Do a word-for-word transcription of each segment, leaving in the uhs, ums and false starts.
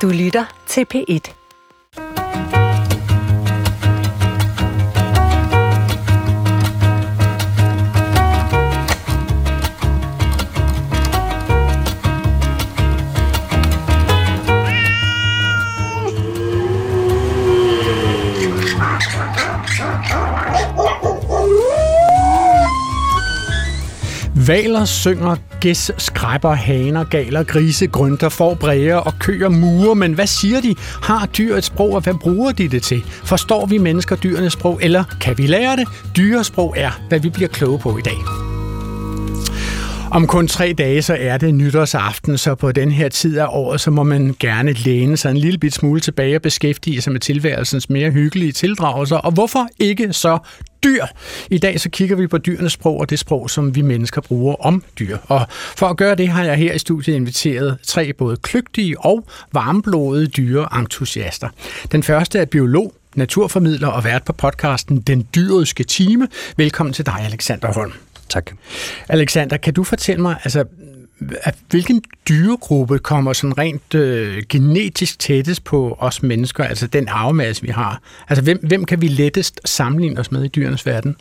Du lytter til P et. Hvaler synger, gæs, skræpper, haner, galer, grise, grønter, får, bræger og køer, murer. Men hvad siger de? Har dyr et sprog, og hvad bruger de det til? Forstår vi mennesker dyrenes sprog, eller kan vi lære det? Dyresprog er, hvad vi bliver kloge på i dag. Om kun tre dage, så er det nytårsaften, så på den her tid af året, så må man gerne læne sig en lille bit smule tilbage og beskæftige sig med tilværelsens mere hyggelige tildragelser. Og hvorfor ikke så dyr? I dag så kigger vi på dyrenes sprog og det sprog, som vi mennesker bruger om dyr. Og for at gøre det, har jeg her i studiet inviteret tre både kløgtige og varmblodede dyreentusiaster. Den første er biolog, naturformidler og vært på podcasten Den Dyriske Time. Velkommen til dig, Alexander Holm. Tak. Alexander, kan du fortælle mig, altså, hvilken dyregruppe kommer sådan rent øh, genetisk tættest på os mennesker, altså den arvemasse, vi har? Altså, hvem, hvem kan vi lettest sammenligne os med i dyrenes verden?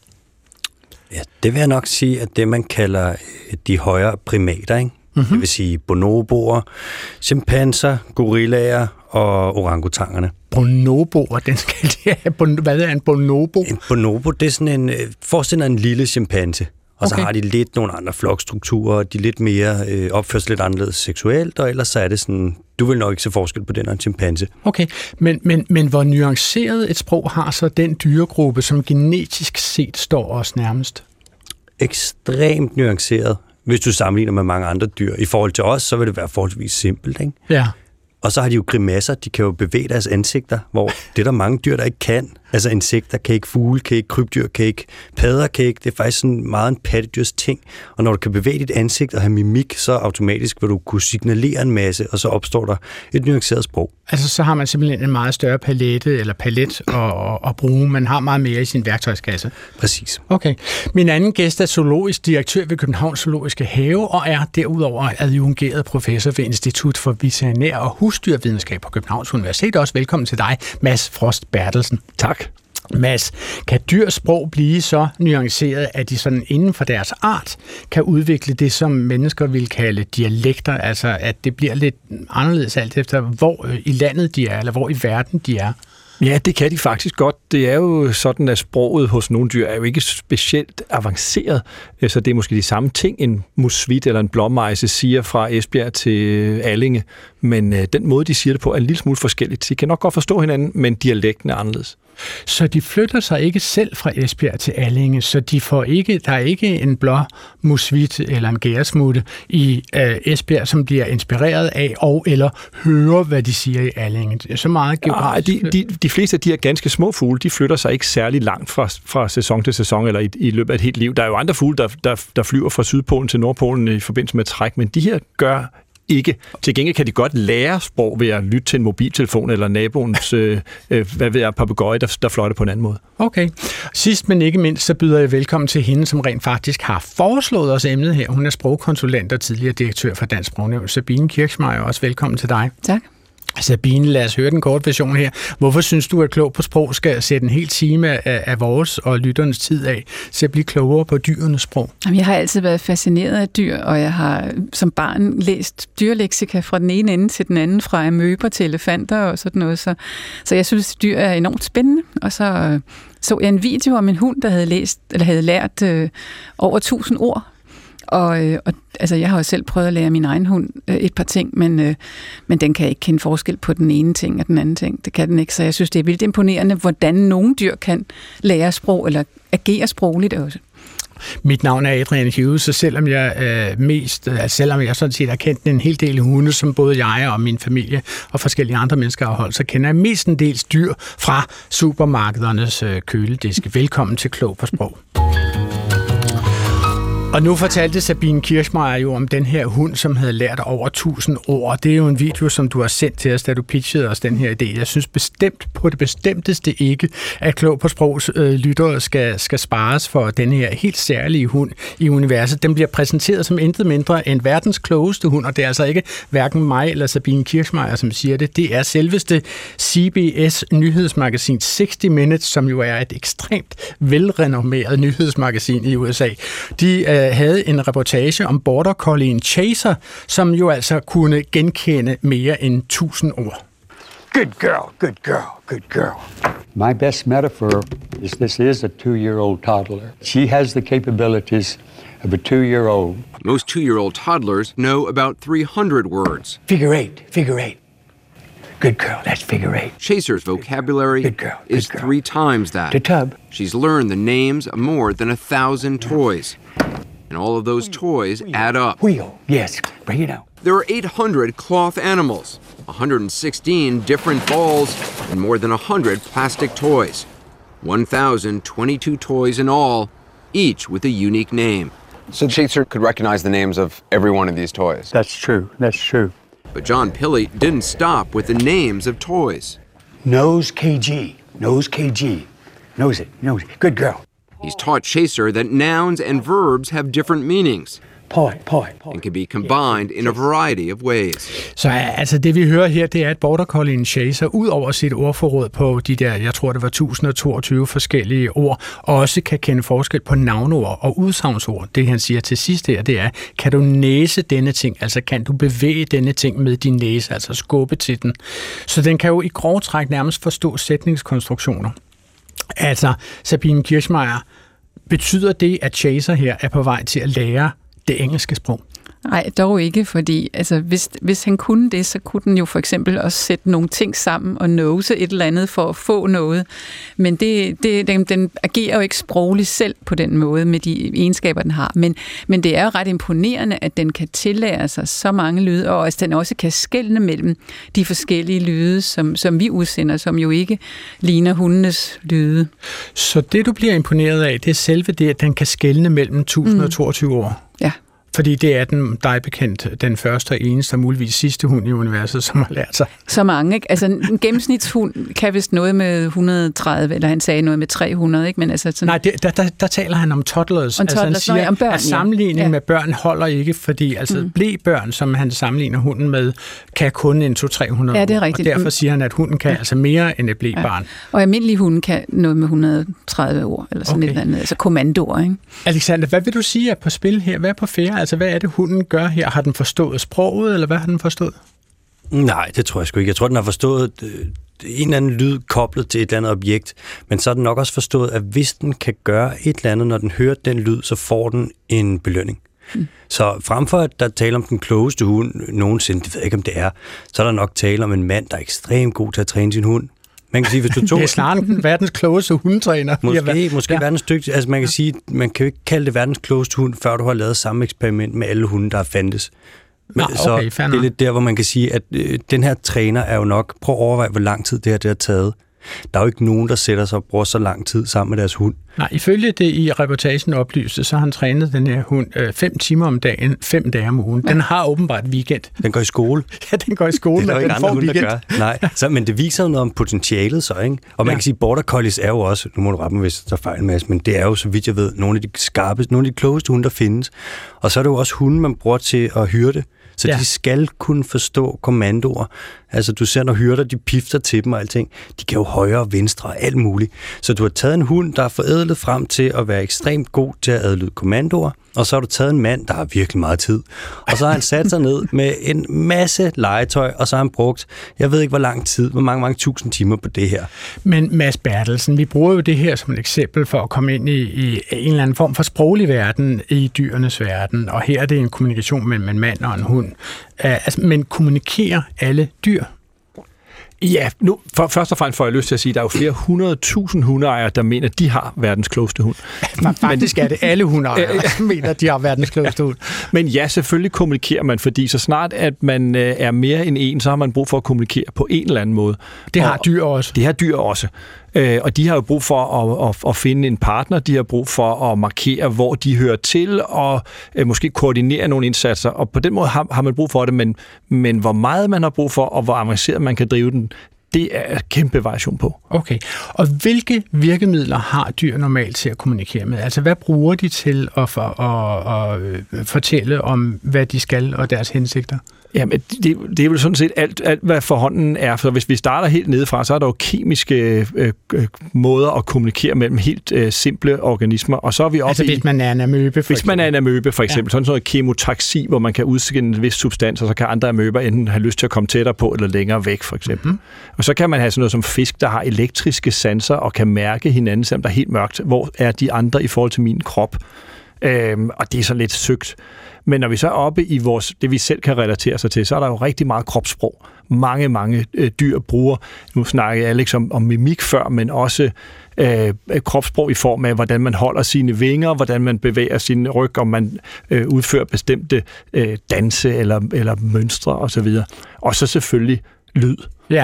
Ja, det vil jeg nok sige, at det, man kalder de højere primater, ikke? Mm-hmm. Det vil sige bonoboer, chimpanser, gorillaer og orangutangerne. Bonoboer, den skal de have. Hvad er en bonobo? En bonobo, det er sådan en, forestil dig en lille chimpanse. Og okay. Så har de lidt nogle andre flokstrukturer, de er lidt mere øh, opføres lidt anderledes seksuelt, og ellers så er det sådan, du vil nok ikke se forskel på den og en chimpanse. Okay, men, men, men hvor nuanceret et sprog har så den dyregruppe, som genetisk set står os nærmest? Ekstremt nuanceret. Hvis du sammenligner med mange andre dyr. I forhold til os, så vil det være forholdsvis simpelt, ikke? Ja. Og så har de jo grimasser, de kan jo bevæge deres ansigter, hvor det er der mange dyr, der ikke kan. Altså insekter kan ikke, fugle kan ikke, krybdyr kan ikke, padder kan ikke. Det er faktisk sådan meget en pattedyrs ting. Og når du kan bevæge dit ansigt og have mimik, så automatisk vil du kunne signalere en masse, og så opstår der et nuanceret sprog. Altså så har man simpelthen en meget større palette eller palet at, at, at bruge. Man har meget mere i sin værktøjskasse. Præcis. Okay. Min anden gæst er zoologisk direktør ved Københavns Zoologiske Have og er derudover adjungeret professor ved Institut for Veterinær og Husdyrvidenskab på Københavns Universitet. Også velkommen til dig, Mads Frost Bertelsen. Tak. Mads, kan dyrs sprog blive så nuanceret, at de sådan inden for deres art kan udvikle det, som mennesker vil kalde dialekter, altså at det bliver lidt anderledes alt efter, hvor i landet de er, eller hvor i verden de er? Ja, det kan de faktisk godt. Det er jo sådan, at sproget hos nogle dyr er jo ikke specielt avanceret, så det er måske de samme ting, en musvit eller en blåmejse siger fra Esbjerg til Allinge, men den måde, de siger det på, er en lille smule forskelligt. De kan nok godt forstå hinanden, men dialekten er anderledes. Så de flytter sig ikke selv fra Esbjerg til Allinge, så de får ikke, der er ikke en blå musvit eller en gæresmutte i øh, Esbjerg, som bliver inspireret af og eller hører, hvad de siger i Allinge. Så meget geografisk. Ja, de, de, de fleste af de her ganske små fugle, de flytter sig ikke særlig langt fra, fra sæson til sæson eller i, i løbet af et helt liv. Der er jo andre fugle, der, der, der flyver fra Sydpolen til Nordpolen i forbindelse med træk, men de her gør ikke. Til gengæld kan de godt lære sprog ved at lytte til en mobiltelefon eller naboens, øh, hvad ved jeg, papegøje, der, der fløjter på en anden måde. Okay. Sidst, men ikke mindst, så byder jeg velkommen til hende, som rent faktisk har foreslået os emnet her. Hun er sprogkonsulent og tidligere direktør for Dansk Sprognævn. Sabine Kirchmeier, også velkommen til dig. Tak. Sabine, lad os høre den korte version her. Hvorfor synes du, at Klog på Sprog skal sætte en hel time af, af vores og lytternes tid af til at blive klogere på dyrenes sprog? Jamen, jeg har altid været fascineret af dyr, og jeg har som barn læst dyrleksika fra den ene ende til den anden, fra amøber til elefanter og sådan noget. Så, så jeg synes, at dyr er enormt spændende. Og så så jeg en video om en hund, der havde læst eller havde lært øh, over tusind ord. Og, og altså, jeg har jo selv prøvet at lære min egen hund øh, et par ting, men, øh, men den kan ikke kende forskel på den ene ting og den anden ting. Det kan den ikke, så jeg synes, det er vildt imponerende, hvordan nogle dyr kan lære sprog eller agere sprogligt også. Mit navn er Adrian Hughes, så selvom jeg øh, mest, øh, selvom jeg sådan set har kendt en hel del hunde, som både jeg og min familie og forskellige andre mennesker har holdt, så kender jeg mest en del dyr fra supermarkedernes øh, kølediske. Velkommen til Klog på Sprog. Og nu fortalte Sabine Kirschmeier jo om den her hund, som havde lært over tusind ord. Det er jo en video, som du har sendt til os, da du pitchede os den her idé. Jeg synes bestemt på det bestemteste ikke, at Klog på Sprogs øh, lyttere skal, skal spares for den her helt særlige hund i universet. Den bliver præsenteret som intet mindre end verdens klogeste hund, og det er altså ikke hverken mig eller Sabine Kirschmeier, som siger det. Det er selveste C B S nyhedsmagasin sixty minutes, som jo er et ekstremt velrenommeret nyhedsmagasin i U S A. De øh, havde en reportage om border collien Chaser, som jo altså kunne genkende mere end tusind ord. Good girl, good girl, good girl. My best metaphor is this is a two-year-old toddler. She has the capabilities of a two-year-old. Most two-year-old toddlers know about three hundred words. Figure eight, figure eight. Good girl, that's figure eight. Chaser's vocabulary good girl, good is girl. three times that. To tub. She's learned the names of more than a thousand toys. And all of those toys add up. Wheel, yes, bring it out. There are eight hundred cloth animals, one hundred sixteen different balls, and more than one hundred plastic toys. one thousand twenty-two toys in all, each with a unique name. So Chaser could recognize the names of every one of these toys? That's true, that's true. But John Pilley didn't stop with the names of toys. Nose K G, nose K G. Knows it, knows it. Good girl. He's taught Chaser that nouns and verbs have different meanings. Poi, poi, poi. And can be combined in a variety of ways. Så altså det vi hører her, det er, at border collien Chaser ud over sit ordforråd på de der, jeg tror det var et tusind og toogtyve forskellige ord, også kan kende forskel på navnord og udsagnsord. Det han siger til sidst her, det er, kan du næse denne ting, altså kan du bevæge denne ting med din næse, altså skubbe til den. Så den kan jo i grov træk nærmest forstå sætningskonstruktioner. Altså, Sabine Kirschmeier, betyder det, at Chaser her er på vej til at lære det engelske sprog? Nej, dog ikke, fordi altså, hvis, hvis han kunne det, så kunne den jo for eksempel også sætte nogle ting sammen og nose et eller andet for at få noget. Men det, det, den, den agerer jo ikke sprogligt selv på den måde med de egenskaber, den har. Men, men det er jo ret imponerende, at den kan tillære sig så mange lyde, og at den også kan skelne mellem de forskellige lyde, som, som vi udsender, som jo ikke ligner hundenes lyde. Så det, du bliver imponeret af, det er selve det, at den kan skelne mellem tusind og toogtyve år? Ja. Fordi det er den, dig bekendt, den første og eneste og muligvis sidste hund i universet, som har lært sig. Så mange, ikke? Altså en gennemsnitshund kan vist noget med et hundrede og tredive, eller han sagde noget med tre hundrede, ikke? Men altså sådan... Nej, det, der, der, der taler han om toddlers. Om altså toddlers, han siger, nej, om børn, at sammenligning ja. med børn holder ikke, fordi altså mm. blæbørn, som han sammenligner hunden med, kan kun en to til tre hundrede ja, det er år. rigtigt. Og derfor siger han, at hunden kan ja. altså mere end et blæbarn. Ja. Og almindelige hunde kan noget med et hundrede og tredive år, eller sådan okay. et eller andet, altså kommandoer, ikke? Alexander, hvad vil du sige er på spil her? Hvad er på færde? Altså, hvad er det, hunden gør her? Har den forstået sproget, eller hvad har den forstået? Nej, det tror jeg sgu ikke. Jeg tror, den har forstået øh, en eller anden lyd koblet til et eller andet objekt, men så har den nok også forstået, at hvis den kan gøre et eller andet, når den hører den lyd, så får den en belønning. Mm. Så frem for at der taler om den klogeste hund nogensinde, det ved jeg ikke, om det er, så er der nok tale om en mand, der er ekstremt god til at træne sin hund. Man kan sige, hvis du tog... Det er snart den verdens klogeste hundetræner. Måske, måske ja. verdens dygtigste. Altså man kan sige, man kan jo ikke kalde det verdens klogeste hund, før du har lavet samme eksperiment med alle hunde, der er fandtes. Men, Nå, okay, så det er lidt der, hvor man kan sige, at øh, den her træner er jo nok... Prøv at overveje, hvor lang tid det her det har taget. Der er jo ikke nogen, der sætter sig og bruger så lang tid sammen med deres hund. Nej, ifølge det i reportagen oplyste, så har han trænet den her hund øh, fem timer om dagen, fem dage om ugen. Den har åbenbart weekend. Den går i skole. Ja, den går i skole, det er men ikke den får hunde, weekend. Der gør. Nej, så, men det viser jo noget om potentialet så, ikke? Og man ja. kan sige, border collies er jo også, nu må du rette mig, hvis jeg tager fejl med, men det er jo, så vidt jeg ved, nogle af de skarpeste, nogle af de klogeste hunde, der findes. Og så er det jo også hunde, man bruger til at hyrde. Så ja. de skal kunne forstå kommandoer. Altså, du ser, når hyrder, de pifter til dem og alting. De kan jo højre og venstre og alt muligt. Så du har taget en hund, der er forædlet frem til at være ekstremt god til at adlyde kommandoer, og så har du taget en mand, der har virkelig meget tid. Og så har han sat sig ned med en masse legetøj, og så har han brugt, jeg ved ikke hvor lang tid, hvor mange, mange tusind timer på det her. Men Mads Bertelsen, vi bruger jo det her som et eksempel for at komme ind i, i en eller anden form for sproglig verden i dyrenes verden, og her er det en kommunikation mellem en mand og en hund. Uh, altså, men kommunikerer alle dyr? Ja, nu, for, først og fremmest får jeg lyst til at sige, at der er jo flere hundrede tusind hundeejere, der mener, at de har verdens klogeste hund. Faktisk er det alle hundeejere, der mener, at de har verdens klogeste hund. Men ja, selvfølgelig kommunikerer man, fordi så snart, at man er mere end en, så har man brug for at kommunikere på en eller anden måde. Det har og, dyr også. Det har dyr også. Øh, og de har jo brug for at, at, at finde en partner, de har brug for at markere, hvor de hører til, og øh, måske koordinere nogle indsatser. Og på den måde har, har man brug for det, men, men hvor meget man har brug for, og hvor avanceret man kan drive den, det er kæmpe variation på. Okay. Og hvilke virkemidler har dyr normalt til at kommunikere med? Altså, hvad bruger de til at, for, at, at fortælle om, hvad de skal og deres hensigter? Jamen, det, det er jo sådan set alt, alt, hvad forhånden er. For hvis vi starter helt nedefra, så er der jo kemiske øh, øh, måder at kommunikere mellem helt øh, simple organismer. Og så er vi oppe altså, i, hvis man er en amøbe, for Hvis eksempel. man er en amøbe, for eksempel. Ja. Sådan noget kemotaxi, hvor man kan udskille en vis substans, og så kan andre amøber enten have lyst til at komme tættere på, eller længere væk, for eksempel. Mm-hmm. Og så kan man have sådan noget som fisk, der har elektriske sanser, og kan mærke hinanden, selvom der er helt mørkt. Hvor er de andre i forhold til min krop? Øhm, og det er så lidt søgt. Men når vi så er oppe i vores, det vi selv kan relatere sig til, så er der jo rigtig meget kropssprog. Mange, mange øh, dyr bruger, nu snakkede Alex om, om mimik før, men også øh, kropssprog i form af, hvordan man holder sine vinger, hvordan man bevæger sin ryg, om man øh, udfører bestemte øh, danse eller, eller mønstre osv. Og så selvfølgelig lyd. Ja.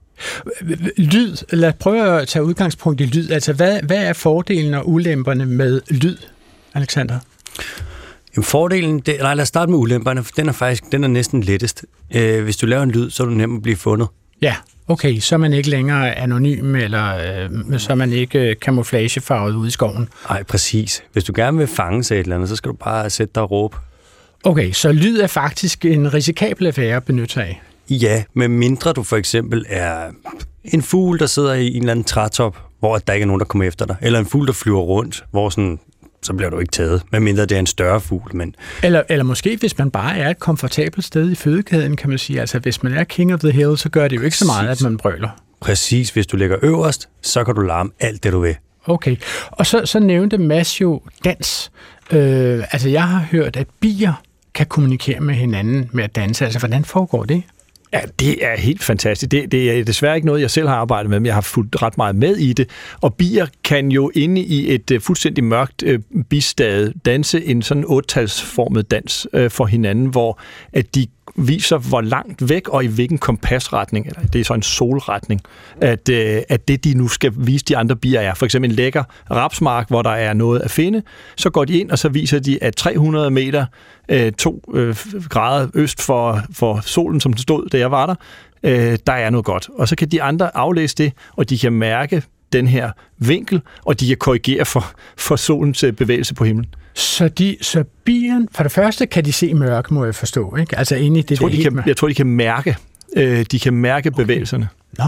Lyd. Lad os prøve at tage udgangspunkt i lyd. Altså, hvad, hvad er fordelene og ulemperne med lyd, Alexander? Jamen, fordelen, det, nej, lad os starte med ulemperne, for den er faktisk den er næsten lettest. Øh, hvis du laver en lyd, så er du nem at blive fundet. Ja, okay, så er man ikke længere anonym, eller øh, så er man ikke øh, camouflagefarvet ude i skoven. Nej, præcis. Hvis du gerne vil fange sig et eller andet, så skal du bare sætte dig og råbe. Okay, så lyd er faktisk en risikabel affære at benytte sig af? Ja, med mindre du for eksempel er en fugl, der sidder i en eller anden trætop, hvor der ikke er nogen, der kommer efter dig. Eller en fugl, der flyver rundt, hvor sådan... så bliver du ikke taget, medmindre det er en større fugl. Men... Eller, eller måske, hvis man bare er et komfortabelt sted i fødekæden, kan man sige. Altså, hvis man er king of the hill, så gør det jo ikke så meget, at man brøler. Præcis. Hvis du ligger øverst, så kan du larme alt det, du vil. Okay. Og så, så nævnte Mads jo dans. Øh, altså, jeg har hørt, at bier kan kommunikere med hinanden med at danse. Altså, hvordan foregår det? Ja, det er helt fantastisk. Det, det er desværre ikke noget, jeg selv har arbejdet med, men jeg har fulgt ret meget med i det. Og bier kan jo inde i et uh, fuldstændig mørkt uh, bistade danse en sådan otte-talsformet dans uh, for hinanden, hvor at de viser, hvor langt væk og i hvilken kompasretning, eller det er så en solretning, at, uh, at det, de nu skal vise de andre bier er. For eksempel en lækker rapsmark, hvor der er noget at finde. Så går de ind, og så viser de, at tre hundrede meter, uh, to uh, grader øst for, for solen, som den stod, da jeg var der, uh, der er noget godt. Og så kan de andre aflæse det, og de kan mærke den her vinkel, og de kan korrigere for, for solens bevægelse på himlen. Så, de, så bierne, for det første kan de se mørke, må jeg forstå, ikke? Altså inde i det jeg tror, der de kan, jeg tror, de kan mærke, øh, de kan mærke okay. bevægelserne. Nå.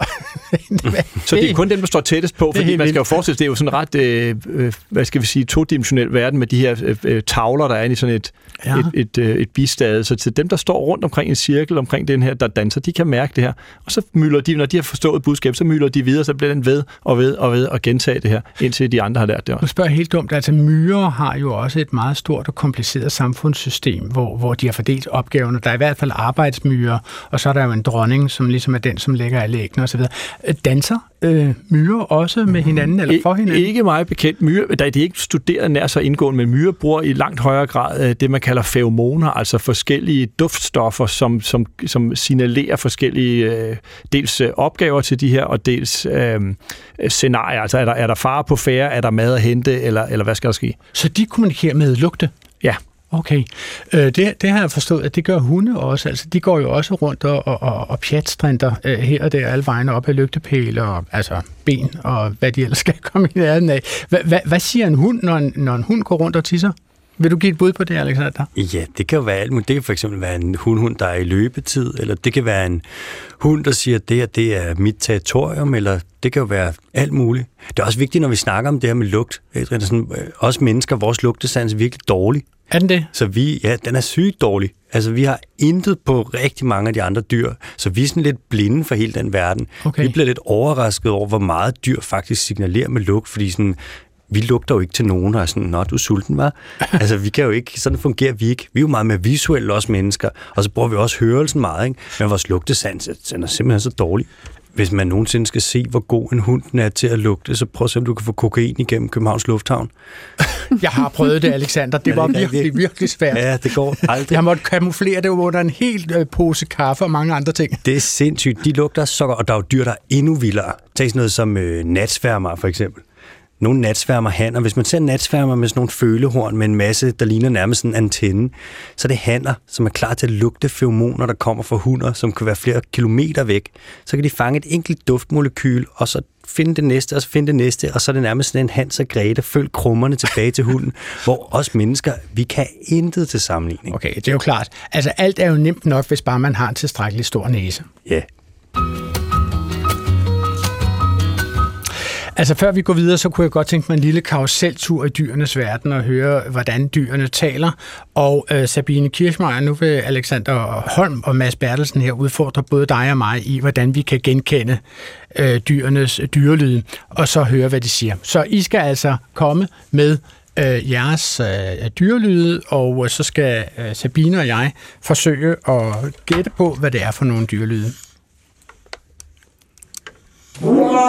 Så det er kun dem, der står tættest på, fordi man skal jo forestille sig, det er jo sådan ret, øh, øh, hvad skal vi sige, todimensionel verden med de her øh, tavler, der er inde i sådan et, ja. et, et, øh, et bistade. Så til dem, der står rundt omkring en cirkel, omkring den her, der danser, de kan mærke det her. Og så mylder de, når de har forstået budskab, så mylder de videre, så bliver den ved og ved og ved og gentage det her, indtil de andre har lært det også. Nu spørger jeg helt dumt, altså myrer har jo også et meget stort og kompliceret samfundssystem, hvor, hvor de har fordelt opgaverne. Der er i hvert fald arbejdsmyrer, og så er der jo en dronning, som ligesom er den, som lægger alle æggene osv. Danser øh, myrer også med hinanden, eller for hinanden? Ikke meget bekendt. Myrer, der er de ikke studeret nær så indgående, men myrer bruger i langt højere grad det, man kalder feromoner, altså forskellige duftstoffer, som, som, som signalerer forskellige øh, dels opgaver til de her, og dels øh, scenarier. Altså er der, er der fare på færre, er der mad at hente, eller, eller hvad skal der ske? Så de kommunikerer med lugte? Ja. Okay. Øh, det, det har jeg forstået, at det gør hunde også. Altså, de går jo også rundt og, og, og pjatstrinter øh, her og der alle vegne op ad lygtepæle og altså ben og hvad de ellers skal komme i nærheden af. Hva, hva, hvad siger en hund, når en, når en hund går rundt og tisser? Vil du give et bud på det, Alexander? Ja, det kan jo være alt muligt. Det kan for eksempel være en hundhund, der er i løbetid, eller det kan være en hund, der siger, at det her det er mit territorium, eller det kan jo være alt muligt. Det er også vigtigt, når vi snakker om det her med lugt. Sådan, også mennesker, vores lugtesans er virkelig dårlig. Er den det? Så vi, ja, den er sygt dårlig. Altså, vi har intet på rigtig mange af de andre dyr, så vi er sådan lidt blinde for hele den verden. Okay. Vi bliver lidt overrasket over, hvor meget dyr faktisk signalerer med lugt, fordi sådan, vi lugter jo ikke til nogen, og er sådan, nå, du er sulten, hva'? Altså, vi kan jo ikke, sådan fungerer vi ikke. Vi er jo meget mere visuelle, også mennesker, og så bruger vi også hørelsen meget, ikke? Men vores lugtesans, den er simpelthen så dårlig. Hvis man nogensinde skal se, hvor god en hund den er til at lugte, så prøv at se, om du kan få kokain igennem Københavns Lufthavn. Jeg har prøvet det, Alexander. Det var virkelig, virkelig svært. Ja, det går aldrig. Jeg måtte kamuflere det under en helt pose kaffe og mange andre ting. Det er sindssygt. De lugter så godt, og der er jo dyr, der er endnu vildere. Tag sådan noget som øh, natsværmer for eksempel. Nogle natsværmer hanner. Hvis man ser natsværmer med sådan nogle følehorn med en masse, der ligner nærmest en antenne, så er det hanner, som er klar til at lugte feromoner, der kommer fra hunder, som kan være flere kilometer væk. Så kan de fange et enkelt duftmolekyl, og så finde det næste, og så finde det næste, og så er det nærmest sådan en Hans og Grete, følg krummerne tilbage til hunden, hvor os mennesker, vi kan intet til sammenligning. Okay, det er jo klart. Altså alt er jo nemt nok, hvis bare man har en tilstrækkelig stor næse. Ja. Altså før vi går videre, så kunne jeg godt tænke mig en lille karuseltur i dyrenes verden og høre, hvordan dyrene taler. Og øh, Sabine Kirchmeier, nu vil Alexander Holm og Mads Bertelsen her udfordre både dig og mig i, hvordan vi kan genkende øh, dyrenes dyrelyde, og så høre, hvad de siger. Så I skal altså komme med øh, jeres øh, dyrelyde, og så skal øh, Sabine og jeg forsøge at gætte på, hvad det er for nogle dyrelyde. Det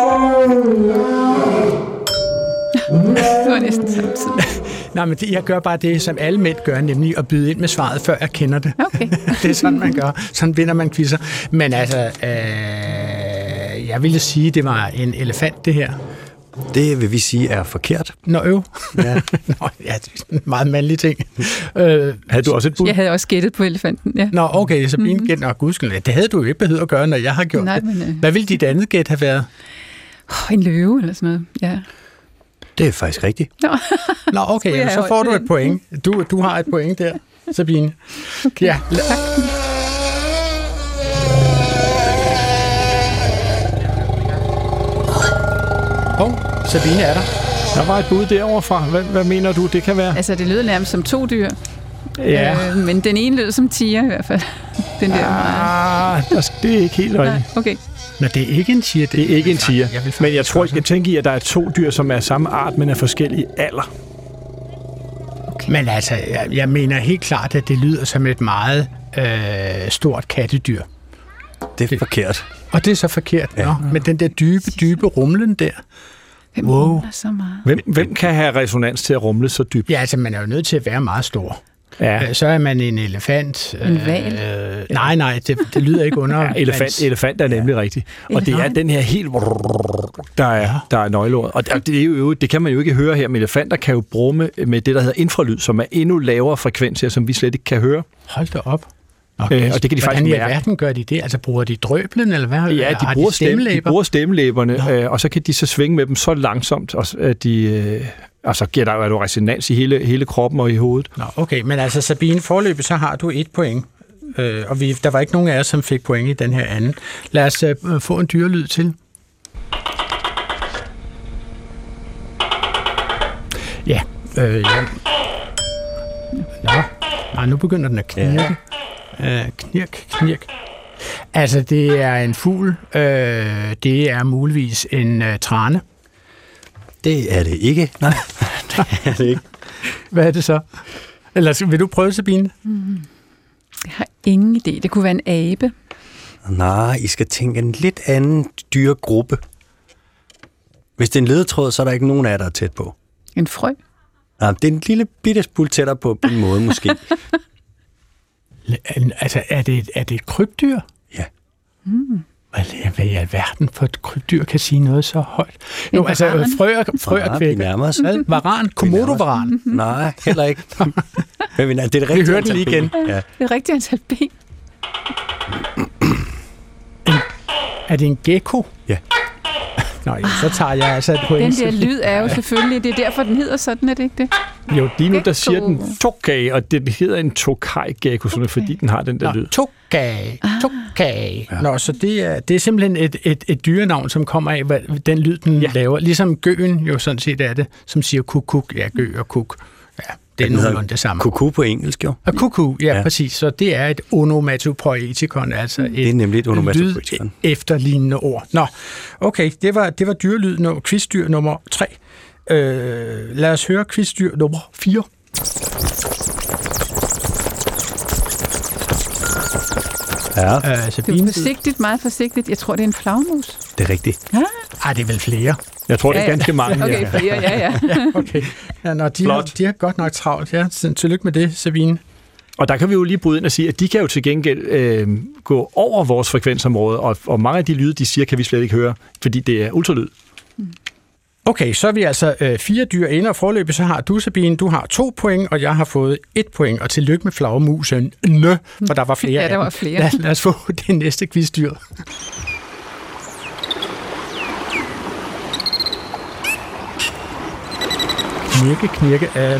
var næsten samtidig. Nej, men det, jeg gør bare det, som alle mænd gør, nemlig at byde ind med svaret, før jeg kender det. Okay. Det er sådan, man gør. Sådan vinder man quizzer. Men altså, øh, jeg ville sige, det var en elefant, det her. Det vil vi sige er forkert. Nå, øv. Ja. Nå, ja, det er en meget mandlig ting. øh, Havde du også et bud? Jeg havde også gættet på elefanten, ja. Nå, okay, så min gæt, nå, gudskelov, det havde du jo ikke behøvet at gøre, når jeg har gjort Nej, det. men, øh... Hvad ville dit andet gæt have været? Oh, en løve eller sådan noget, ja. Det er faktisk rigtigt. Nå, Nå, okay, Skulle jamen, jeg så have får holdt du det et point. Du, du har et point der, Sabine. okay. Ja, la- Tak. Hov, Sabine er der. Der var et bud derovre fra. Hvad, hvad mener du, det kan være? Altså, det lyder nærmest som to dyr. Ja. Øh, men den ene lød som tiger i hvert fald. Den der. Ah, det er ikke helt rigtigt. Nej, okay. Nå, det er ikke en tiger. Det er ikke en tiger. Jeg vil faktisk Men jeg tror, også- jeg tænker i, at der er to dyr, som er samme art, men er forskellige alder. Men altså, jeg, jeg mener helt klart, at det lyder som et meget øh, stort kattedyr. Det er forkert. Og det er så forkert, ja. Nå, men den der dybe, dybe rumlen der. Hvem Wow. rumler så meget? Hvem, hvem kan have resonans til at rumle så dybt? Ja, altså, man er jo nødt til at være meget stor. Ja. Øh, Så er man en elefant. En hval? Øh, nej, nej, det, det lyder ikke under. Ja, elefant, elefant er nemlig ja. rigtigt. Og det er den her helt, der er, der er nøgleordet. Og det, er jo, det kan man jo ikke høre her, men elefanter kan jo brumme med det, der hedder infralyd, som er endnu lavere frekvenser, som vi slet ikke kan høre. Hold da op. Øh, og det kan de Hvordan faktisk i mærke. alverden gør de det? Altså bruger de drøblen, eller hvad? Ja, de Har bruger, stemme, de stemmelæber? bruger stemmelæberne, øh, og så kan de så svinge med dem så langsomt, og, at de, øh, og så giver der jo resonans i hele, hele kroppen og i hovedet. Nå, okay, men altså Sabine, forløbet, så har du et point. Øh, og vi, der var ikke nogen af os, som fik point i den her anden. Lad os øh, få en dyrelyd til. Ja, øh, ja. Nå, nej, nu begynder den at knirke. Ja. Øh, knirk, knirk. Altså, det er en fugl. Øh, det er muligvis en øh, trane. Det er det ikke. Nej, det er det ikke. Hvad er det så? Eller vil du prøve, Sabine? Mm. Jeg har ingen idé. Det kunne være en abe. Nej, I skal tænke en lidt anden dyregruppe. Hvis det er en ledetråd, så er der ikke nogen af jer, der er tæt på. En frø? Nej, det er en lille bitte smule tættere på, på en måde måske. Altså, er det, er det et krybdyr? Ja. Mm. Hvad, hvad i alverden for et krybdyr kan sige noget så højt? En Jo, altså varan? frøer, frøer Nej, vi kvækker. nærmer os. Hvad? Varan? Komodo-varan? Nej, heller ikke. Men vi- det er det rigtige. Vi hører den antal lige igen. ben. Ja. Det er rigtigt antal ben. Er det en gecko? Ja. Nå, ja, så tager jeg altså et point. Den der lyd er jo selvfølgelig, det er derfor, den hedder sådan, er det ikke det? Jo, lige nu der Gecko. siger den tokai, og det hedder en tokai-gecko, okay. Fordi den har den der Nå, lyd. tokay, tokay. Ja. Nå, så det er, det er simpelthen et, et, et dyrenavn, som kommer af, hvad den lyd, den ja. laver. Ligesom gøen jo sådan set er det, som siger kuk-kuk. Ja, gø og kuk. Ja, det er Den hedder nogenlunde det samme. Kuku på engelsk, jo. Og kuku, ja, Ja. ja, præcis. Så det er et onomatopoetikon, altså et, Det er nemlig et lyd onomatopoetikon. efterlignende ord. Nå, okay, det var, det var dyrelyd, no, quizdyr nummer tre. Øh, lad os høre quizdyr nummer fire. Ja, Øh, Det er Sabine, forsigtigt, meget forsigtigt. Jeg tror, det er en flagmus. det er rigtigt. ah, det er vel flere. Jeg tror, det er Ja, ja. ganske mange. Okay, ja. flere, ja, ja. Ja, okay. Ja, nå, de, har, Flot. de har godt nok travlt. Ja, så tillykke med det, Sabine. Og der kan vi jo lige bryde ind og sige, at de kan jo til gengæld øh, gå over vores frekvensområde, og, og mange af de lyde, de siger, kan vi slet ikke høre, fordi det er ultralyd. Okay, så er vi altså øh, fire dyr inde, og forløbet så har du, Sabine, du har to point, og jeg har fået et point, og tillykke med flagermusen, nø, for der var flere. Ja, der var flere. Lad, lad os få det næste quizdyr. Knirke, knirke. Øh.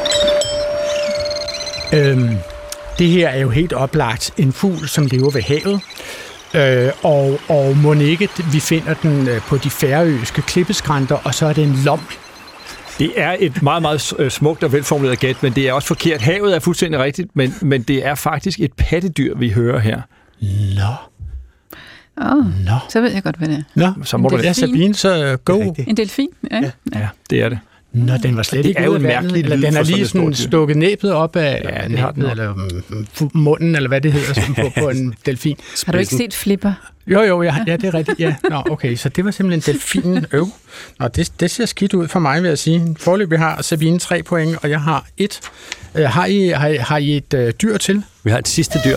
Øhm, det her er jo helt oplagt en fugl, som lever ved havet. Øh, og, og må ikke, vi finder den på de færøske klippeskrænter, og så er det en lom. Det er et meget, meget smukt og velformuleret gæt, men det er også forkert. Havet er fuldstændig rigtigt, men, men det er faktisk et pattedyr, vi hører her. Nå. Oh, Nå. Så ved jeg godt, hvad det er. Nå, så må en du det. Ja, Sabine, så go. En delfin? Ja. Ja. Ja, det er det. Nå, den var slet det ikke er jo ude af en vandet, mærkelig eller lyd den har for lige sådan et sådan stort dyr. stukket næbet op af Ja, det har den næbet, eller mm, munden, eller hvad det hedder, sådan på, på en delfin. Har du ikke set Flipper? Jo, jo, ja, ja, det er rigtigt. Ja. Nå, okay, så det var simpelthen delfinen. Øv. Nå, det, det ser skidt ud for mig, vil jeg sige. Forløbig har Sabine tre point, og jeg har et. Øh, har, I, har, I, har I et øh, dyr til? Vi har et sidste dyr.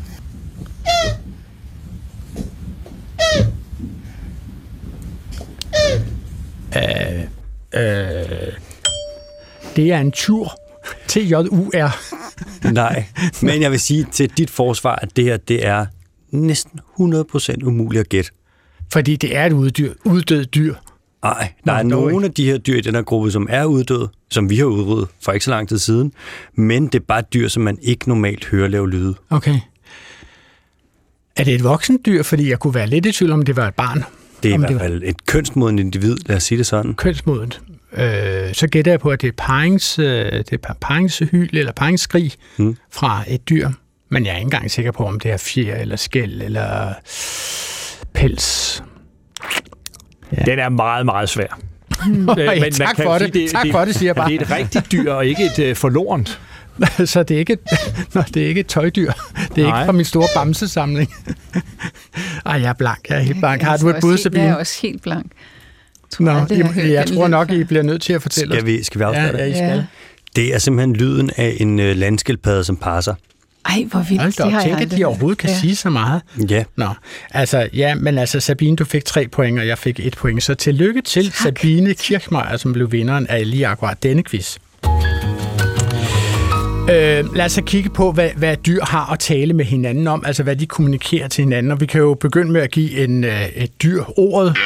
Øh, øh, det er en tur. T J U R. Nej, men jeg vil sige til dit forsvar, at det her, det er næsten hundrede procent umuligt at gætte. Fordi det er et uddyr, uddødt dyr. Nej, der Nå, er dog nogle ikke. af de her dyr i den her gruppe, som er uddøde, som vi har udryddet for ikke så lang tid siden, men det er bare dyr, som man ikke normalt hører lave lyde. Okay. Er det et voksent dyr? Fordi jeg kunne være lidt i tvivl om, det var et barn. Det er Om i hvert fald et kønsmodent individ, lad os sige det sådan. Kønsmodent. Øh, så gætter jeg på, at det er parrings, øh, det er paringshyl eller paringsskrig Hmm. fra et dyr. Men jeg er ikke engang sikker på, om det er fjer eller skæl eller pels. Ja. Den er meget, meget svær. Nå, ja, tak for det. Sige, Tak for det, siger jeg bare. Det er et rigtigt dyr, og ikke et uh, forlorent. Så det er ikke et, nå, det er ikke et tøjdyr. Det er Nej. ikke fra min store bamsesamling. Ej, jeg er blank. Jeg er helt blank. Har du et bud, Sabine? Jeg er også helt blank. Nå, aldrig, jeg har hørt I, jeg den tror lyd nok, før. I bliver nødt til at fortælle Skal vi, skal vi afsløre Ja, ja, det? I skal. Ja. Det er simpelthen lyden af en øh, landskildpadde, som passer. Ej, hvor vildt. Hold Det da op, har jeg tænk, at aldrig de hørt. overhovedet kan Ja. sige så meget. Ja, Nå, altså, ja, men altså, Sabine, du fik tre point, og jeg fik et point. Så tillykke til Tak. Sabine Kirchmeier, som blev vinderen af lige akkurat denne quiz. Øh, lad os så kigge på, hvad, hvad dyr har at tale med hinanden om, altså hvad de kommunikerer til hinanden, og vi kan jo begynde med at give en, øh, et dyr ordet.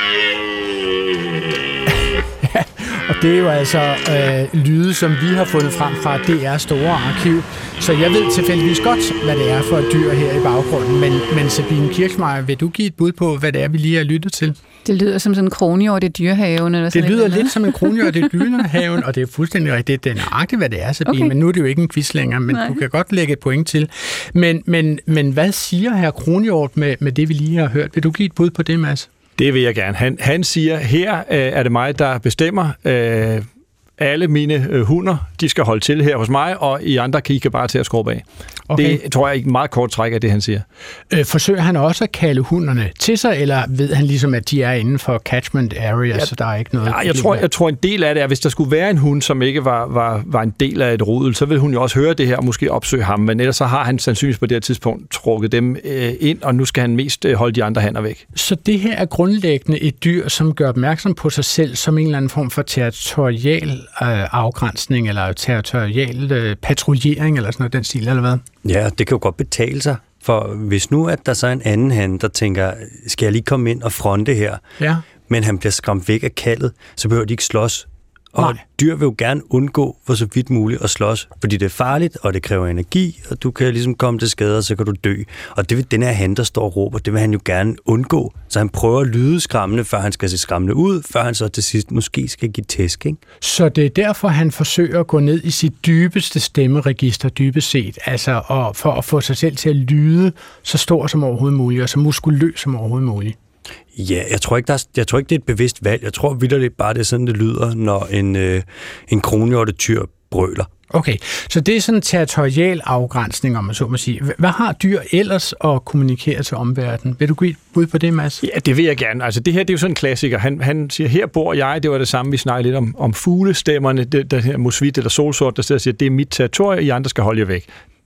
Ja, og det er jo altså øh, lyde, som vi har fundet frem fra D R's store arkiv. Så jeg ved tilfældigvis godt, hvad det er for et dyr her i baggrunden. Men, men Sabine Kirchmeier, vil du give et bud på, hvad det er, vi lige har lyttet til? Det lyder som sådan en kronhjort i dyrehaven. Eller Det sådan lyder et eller lidt som en kronhjort i dyrehaven, og det er fuldstændig rigtigt. Det er nøjagtigt, hvad det er, Sabine, Okay. men nu er det jo ikke en quiz længere, men Nej. du kan godt lægge et point til. Men, men, men hvad siger her kronhjort med, med det, vi lige har hørt? Vil du give et bud på det, Mads? Det vil jeg gerne. Han, han siger, her øh, er det mig, der bestemmer. Øh, alle mine øh, hunder, de skal holde til her hos mig, og I andre kan I kan bare til at skrubbe af. Okay. Det tror jeg ikke meget kort træk af det, han siger. Øh, forsøger han også at kalde hunderne til sig, eller ved han ligesom, at de er inden for catchment area, ja, så der er ikke noget... Ja, jeg, problem tror, der? jeg tror, en del af det er, hvis der skulle være en hund, som ikke var, var, var en del af et rodel, så vil hun jo også høre det her og måske opsøge ham, men ellers så har han sandsynligvis på det her tidspunkt trukket dem øh, ind, og nu skal han mest øh, holde de andre hænder væk. Så det her er grundlæggende et dyr, som gør opmærksom på sig selv som en eller anden form for territorial øh, afgrænsning, eller territorial øh, patruljering, eller sådan noget, den stil, eller hvad? ja, det kan jo godt betale sig. For hvis nu, at der så er en anden han, der tænker, skal jeg lige komme ind og fronte her, Ja. men han bliver skræmt væk af kaldet, så behøver de ikke slås. Og Nej. dyr vil jo gerne undgå for så vidt muligt at slås, fordi det er farligt, og det kræver energi, og du kan ligesom komme til skade, og så kan du dø. Og det vil den her han, der står og råber, det vil han jo gerne undgå. Så han prøver at lyde skræmmende, før han skal se skræmmende ud, før han så til sidst måske skal give tæsk, ikke? Så det er derfor, han forsøger at gå ned i sit dybeste stemmeregister, dybest set, altså og for at få sig selv til at lyde så stor som overhovedet muligt, og så muskuløs som overhovedet muligt. Ja, jeg tror ikke, der er, jeg tror ikke det er et bevidst valg. Jeg tror vitterligt bare, det er sådan, det lyder, når en, øh, en kronhjortetyr brøler. Okay, så det er sådan en territorial afgrænsning, om man så må sige. Hvad har dyr ellers at kommunikere til omverdenen? Vil du give et bud på det, Mads? Ja, det vil jeg gerne. Altså, det her det er jo sådan en klassiker. Han, han siger, her bor jeg. Det var det samme, vi snakkede lidt om, om fuglestemmerne. Det, der her musvit eller solsort, der sidder og siger, det er mit territorie, I andre skal holde jer væk.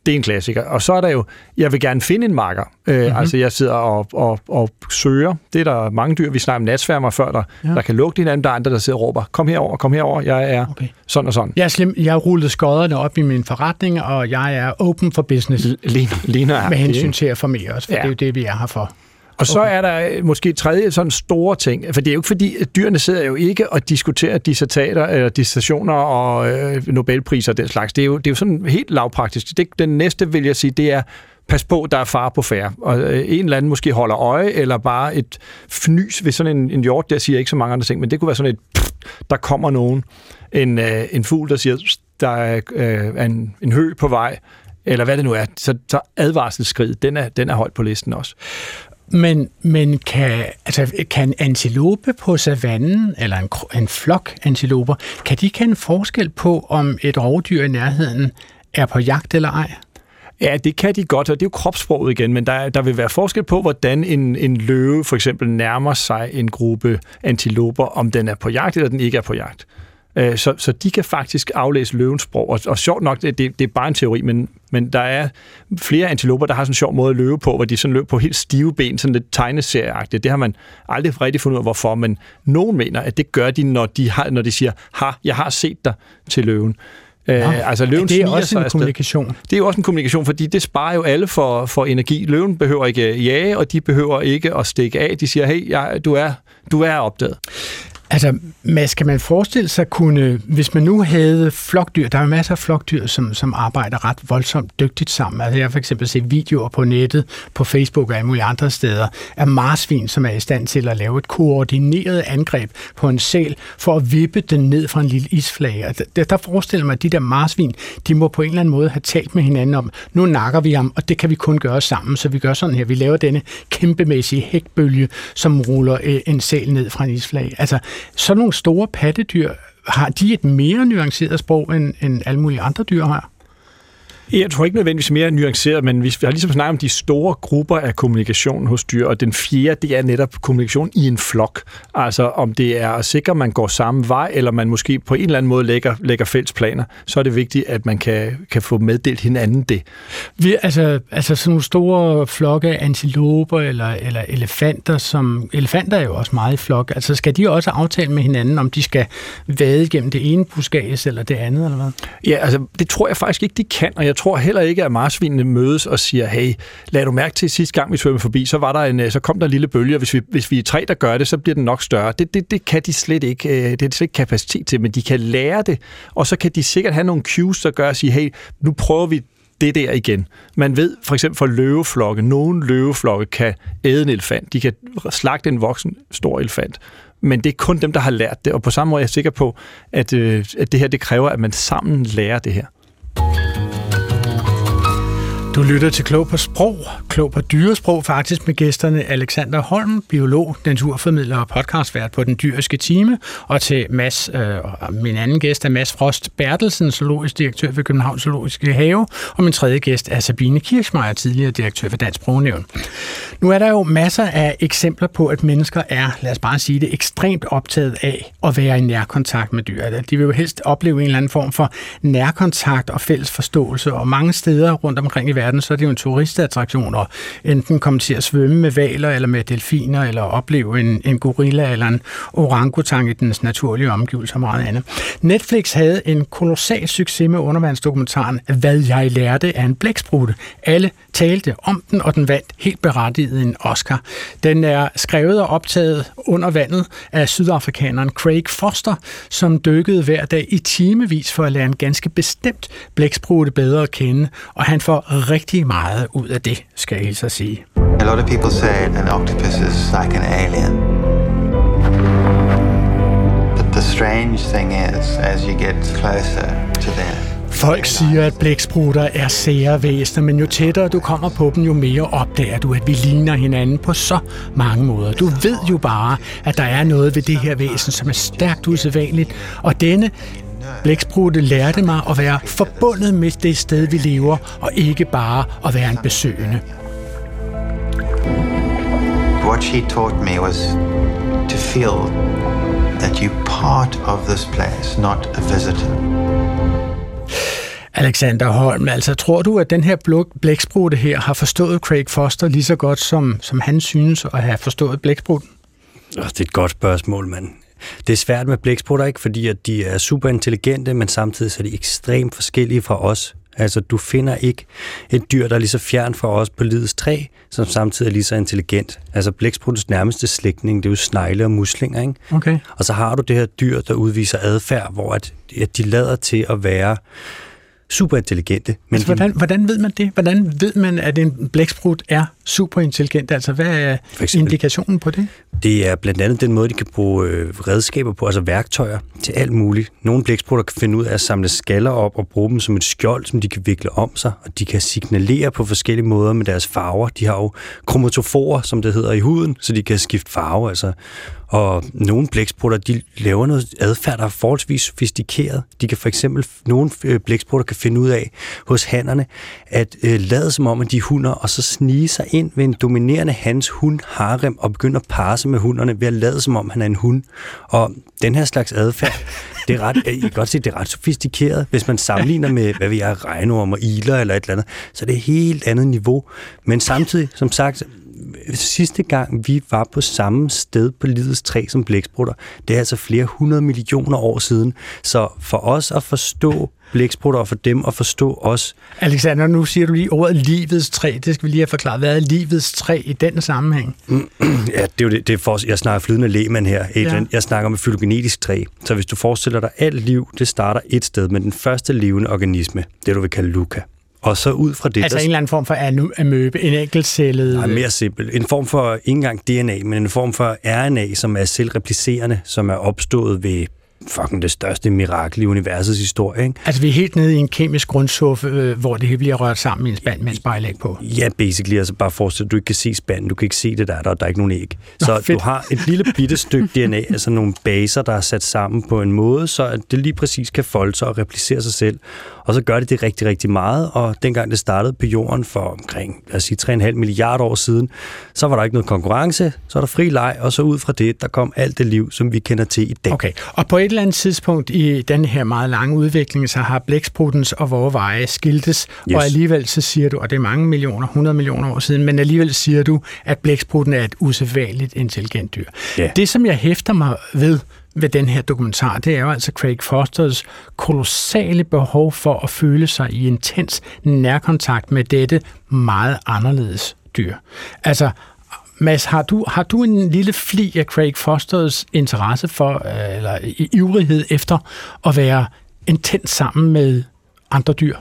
Det er en klassiker. Og så er der jo, jeg vil gerne finde en marker. Øh, mm-hmm. Altså, jeg sidder og, og, og søger. Det er der mange dyr. Vi snakker om natsværmer før, der, ja. der kan lugte hinanden. Der er andre, der sidder og råber, kom herover, kom herover. Jeg er okay. sådan og sådan. Jeg er slem. Jeg har rullet skodderne op i min forretning, og jeg er open for business. Lena er med hensyn til at formere os, for ja. det er jo det, vi er her for. Og så er der måske tredje sådan store ting, for det er jo ikke fordi, at dyrene sidder jo ikke og diskuterer dissertater eller dissertationer og øh, Nobelpriser og den slags. Det er jo, det er jo sådan helt lavpraktisk. Det, den næste, vil jeg sige, det er, pas på, der er fare på færde. Og øh, en eller anden måske holder øje, eller bare et fnys ved sådan en, en hjort, der siger ikke så mange andre ting, men det kunne være sådan et, pff, der kommer nogen, en, øh, en fugl, der siger, der er øh, en, en hø på vej, eller hvad det nu er. Så, så advarselsskridt, den er, den er holdt på listen også. Men, men kan, altså, kan en antilope på savannen, eller en, en flok antiloper, kan de kende forskel på, om et rovdyr i nærheden er på jagt eller ej? Ja, det kan de godt, og det er jo kropssproget igen, men der, der vil være forskel på, hvordan en, en løve for eksempel nærmer sig en gruppe antiloper, om den er på jagt eller den ikke er på jagt. Så, så de kan faktisk aflæse løvens sprog, og, og sjovt nok, det, det er bare en teori, men, men der er flere antiloper, der har sådan en sjov måde at løbe på, hvor de sådan løber på helt stive ben, sådan lidt tegneserieagtigt. Det har man aldrig rigtig fundet ud af, hvorfor, men nogen mener, at det gør de, når de, har, når de siger, ha, jeg har set dig til løven. Nå, øh, altså løven det er også en kommunikation. Det er jo også en kommunikation, fordi det sparer jo alle for, for energi. Løven behøver ikke jage, og de behøver ikke at stikke af. De siger, hey, jeg, du, er, du er opdaget. Altså, Mads, kan man forestille sig kunne, hvis man nu havde flokdyr, der er masser af flokdyr, som, som arbejder ret voldsomt dygtigt sammen. Altså, jeg har for eksempel set videoer på nettet, på Facebook og alle mulige andre steder, af marsvin, som er i stand til at lave et koordineret angreb på en sæl, for at vippe den ned fra en lille isflage. Der, der forestiller mig, at de der marsvin, de må på en eller anden måde have talt med hinanden om, nu nakker vi ham, og det kan vi kun gøre sammen, så vi gør sådan her. Vi laver denne kæmpemæssige hækbølge, som ruller en sæl ned fra en isflage. Altså, sådan nogle store pattedyr, har de et mere nuanceret sprog, end, end alle mulige andre dyr har? Jeg tror ikke nødvendigvis mere nuanceret, men vi har ligesom snakket om de store grupper af kommunikation hos dyr, og den fjerde, det er netop kommunikation i en flok. Altså om det er at sikre, at man går samme vej, eller man måske på en eller anden måde lægger, lægger fælles planer, så er det vigtigt, at man kan, kan få meddelt hinanden det. Vi, altså, altså sådan nogle store flokke af antiloper eller, eller elefanter, som elefanter er jo også meget i flok, altså skal de også aftale med hinanden, om de skal vade igennem det ene buskages eller det andet, eller hvad? Ja, altså det tror jeg faktisk ikke, de kan, og jeg tror heller ikke, at marsvinene mødes og siger, hey, lad du mærke til sidste gang, vi svømmede forbi, så, var der en, så kom der en lille bølge, og hvis vi, hvis vi er tre, der gør det, så bliver den nok større. Det, det, det kan de slet ikke, det er slet ikke kapacitet til, men de kan lære det, og så kan de sikkert have nogle cues, der gør at sige, hey, nu prøver vi det der igen. Man ved for eksempel for løveflokke, nogle løveflokke kan æde en elefant, de kan slagte en voksen stor elefant, men det er kun dem, der har lært det, og på samme måde er jeg sikker på, at, øh, at det her, det kræver, at man sammen lærer det her. Du lytter til Klog på Sprog, Klog på Dyresprog faktisk med gæsterne Alexander Holm, biolog, naturformidler og podcastvært på Den Dyriske Time, og til Mads, øh, min anden gæst er Mads Frost Bertelsen, zoologisk direktør ved Københavns Zoologiske Have, og min tredje gæst er Sabine Kirchmeier, tidligere direktør ved Dansk Sprognævn. Nu er der jo masser af eksempler på, at mennesker er, lad os bare sige det, ekstremt optaget af at være i nærkontakt med dyr. De vil jo helst opleve en eller anden form for nærkontakt og fælles forståelse, og mange steder rundt omkring i verden, så er det jo en turistattraktion, og enten komme til at svømme med hvaler eller med delfiner, eller opleve en, en gorilla eller en orangutang i dens naturlige omgivelser og meget andet. Netflix havde en kolossal succes med undervandsdokumentaren Hvad jeg lærte af en blæksprutte. Alle talte om den, og den vandt helt berettiget en Oscar. Den er skrevet og optaget under vandet af sydafrikaneren Craig Foster, som dykkede hver dag i timevis for at lære en ganske bestemt blæksprutte bedre at kende, og han får rigtig meget ud af det, skal jeg hilse at sige. A lot of people say an octopus is like an alien. But the strange thing is, as you get closer to them, folk siger, at blæksprutter er sære væsener, men jo tættere du kommer på dem, jo mere opdager du, at vi ligner hinanden på så mange måder. Du ved jo bare, at der er noget ved det her væsen, som er stærkt usædvanligt, og denne blæksprutte lærte mig at være forbundet med det sted, vi lever, og ikke bare at være en besøgende. What she taught me was to feel that you're part of this place, not a visitor. Alexander Holm, altså tror du, at den her blæksprutte her har forstået Craig Foster lige så godt, som, som han synes at have forstået blæksprutten? Det er et godt spørgsmål, mand. Det er svært med blæksprutter, ikke? Fordi at de er super intelligente, men samtidig er de ekstremt forskellige fra os. Altså, du finder ikke et dyr, der er lige så fjern fra os på livets træ, som samtidig er lige så intelligent. Altså, blækspruttens nærmeste slægtning, det er jo snegle og muslinger, ikke? Okay. Og så har du det her dyr, der udviser adfærd, hvor at, at de lader til at være superintelligente. Men altså, hvordan, hvordan ved man det? Hvordan ved man, at en blæksprut er superintelligent? Altså, hvad er eksempel, indikationen på det? Det er blandt andet den måde, de kan bruge øh, redskaber på, altså værktøjer til alt muligt. Nogle blæksprutter kan finde ud af at samle skaller op og bruge dem som et skjold, som de kan vikle om sig, og de kan signalere på forskellige måder med deres farver. De har jo kromatoforer, som det hedder i huden, så de kan skifte farve, altså. Og nogle blæksprutter, de laver noget adfærd, der er forholdsvis sofistikeret. De kan for eksempel, nogle blæksprutter kan finde ud af hos hannerne, at øh, lade som om, at de er hunder, og så snige sig ind ved en dominerende hans hund-harem og begynde at parre sig med hunderne ved at lade som om, han er en hund. Og den her slags adfærd, det er ret, jeg kan godt se, det er ret sofistikeret. Hvis man sammenligner med, hvad vi er, regnorm og iler eller et eller andet, så er det et helt andet niveau. Men samtidig, som sagt, sidste gang vi var på samme sted på livets træ som blæksprutter, det er altså flere hundrede millioner år siden. Så for os at forstå blæksprutter, og for dem at forstå os. Alexander, nu siger du lige ordet livets træ. Det skal vi lige have forklaret. Hvad er livets træ i den sammenhæng? Ja, det er jo det. det er for, jeg snakker flydende lægmand her. Ja. Jeg snakker om et fylogenetisk træ. Så hvis du forestiller dig, alt liv, det starter et sted med den første levende organisme, det du vil kalde Luca. Og så ud fra det... Altså der... en eller anden form for amøbe, en enkeltcellet... Nej, mere simpelt. En form for, ikke engang D N A, men en form for R N A, som er selvreplicerende, som er opstået ved fucking det største mirakel i universets historie, ikke? Altså vi er helt nede i en kemisk grundstoffe, øh, hvor det hele bliver rørt sammen i en spand med en spejlæg på. Ja, basically. Altså bare forestil, du ikke kan se spanden, du kan ikke se det der, der, der er ikke nogen æg. Så Nå, du har et lille bitte stykke D N A, altså nogle baser, der er sat sammen på en måde, så at det lige præcis kan folde sig og replicere sig selv. Og så gør det det rigtig, rigtig meget, og dengang det startede på jorden for omkring, lad os sige, tre komma fem milliarder år siden, så var der ikke noget konkurrence, så er der fri leg, og så ud fra det, der kom alt det liv, som vi kender til i dag. Okay, og på et eller andet tidspunkt i den her meget lange udvikling, så har blækspruttens og vores veje skiltes, yes. Og alligevel så siger du, og det er mange millioner, hundrede millioner år siden, men alligevel siger du, at blæksprutten er et usædvanligt intelligent dyr. Yeah. Det, som jeg hæfter mig ved, ved den her dokumentar, det er jo altså Craig Fosters kolossale behov for at føle sig i intens nærkontakt med dette meget anderledes dyr. Altså, Mads, har du, har du en lille fli af Craig Fosters interesse for, eller ivrighed efter at være intens sammen med andre dyr?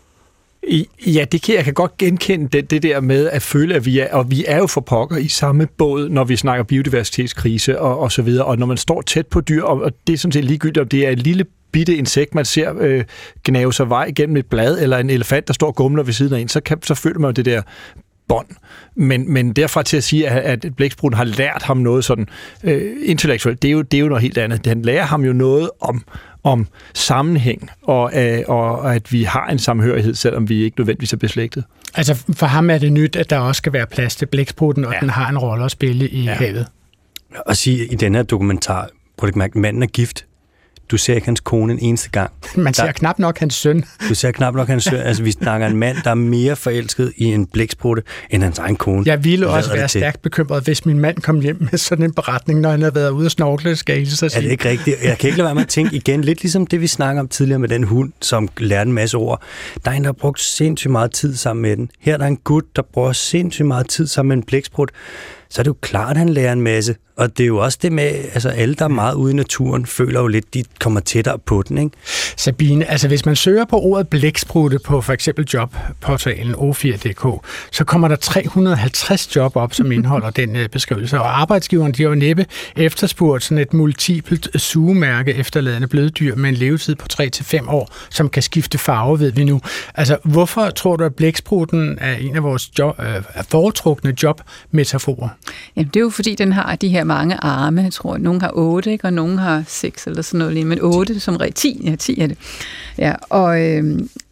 Ja, det kan jeg kan godt genkende det, det der med at føle, at vi er, og vi er jo for pokker i samme båd, når vi snakker biodiversitetskrise og, og så videre, og når man står tæt på dyr, og, og det er sådan set ligegyldigt, om det er et lille bitte insekt, man ser øh, gnave sig vej gennem et blad, eller en elefant, der står og gumler ved siden af en, så, kan, så føler man jo det der bånd. Men, men derfra til at sige, at, at blæksprutten har lært ham noget sådan øh, intellektuelt, det er, jo, det er jo noget helt andet. Han lærer ham jo noget om om sammenhæng, og, øh, og at vi har en samhørighed, selvom vi ikke nødvendigvis er beslægtet. Altså for ham er det nyt, at der også skal være plads til blæksprutten, og ja. Den har en rolle at spille i ja. havet. Og sige i den her dokumentar, prøv at mærke, manden er gift. Du ser ikke hans kone en eneste gang. Man ser der, knap nok hans søn. Du ser knap nok hans søn. Altså, vi snakker en mand, der er mere forelsket i en blæksprutte, end hans egen kone. Jeg ville også være stærkt bekymret, hvis min mand kom hjem med sådan en beretning, når han har været ude og snorkle, skal jeg sige. Er det ikke rigtigt? Jeg kan ikke lade være med at tænke igen, lidt ligesom det, vi snakker om tidligere med den hund, som lærte en masse ord. Der er en, der har brugt sindssygt meget tid sammen med den. Her er der en gut, der bruger sindssygt meget tid sammen med en blæksprut. Så er det jo klart, at han lærer en masse. Og det er jo også det med, altså alle, der er meget ude i naturen, føler jo lidt, de kommer tættere på den, ikke? Sabine, altså hvis man søger på ordet blæksprutte på for eksempel jobportalen O fire punktum d k, så kommer der tre hundrede og halvtreds job op, som indeholder den uh, beskrivelse. Og arbejdsgiveren, de har jo næppe efterspurgt sådan et multipelt sugemærke efterladende bløddyr med en levetid på tre til fem år, som kan skifte farve, ved vi nu. Altså hvorfor tror du, at blæksprutten er en af vores job, uh, foretrukne jobmetaforer? Jamen det er jo fordi, den har de her mange arme. Jeg tror, at nogen har otte, ikke? Og nogen har seks eller sådan noget, men otte som regel. ti, ja, ti er det. Ja, og øh,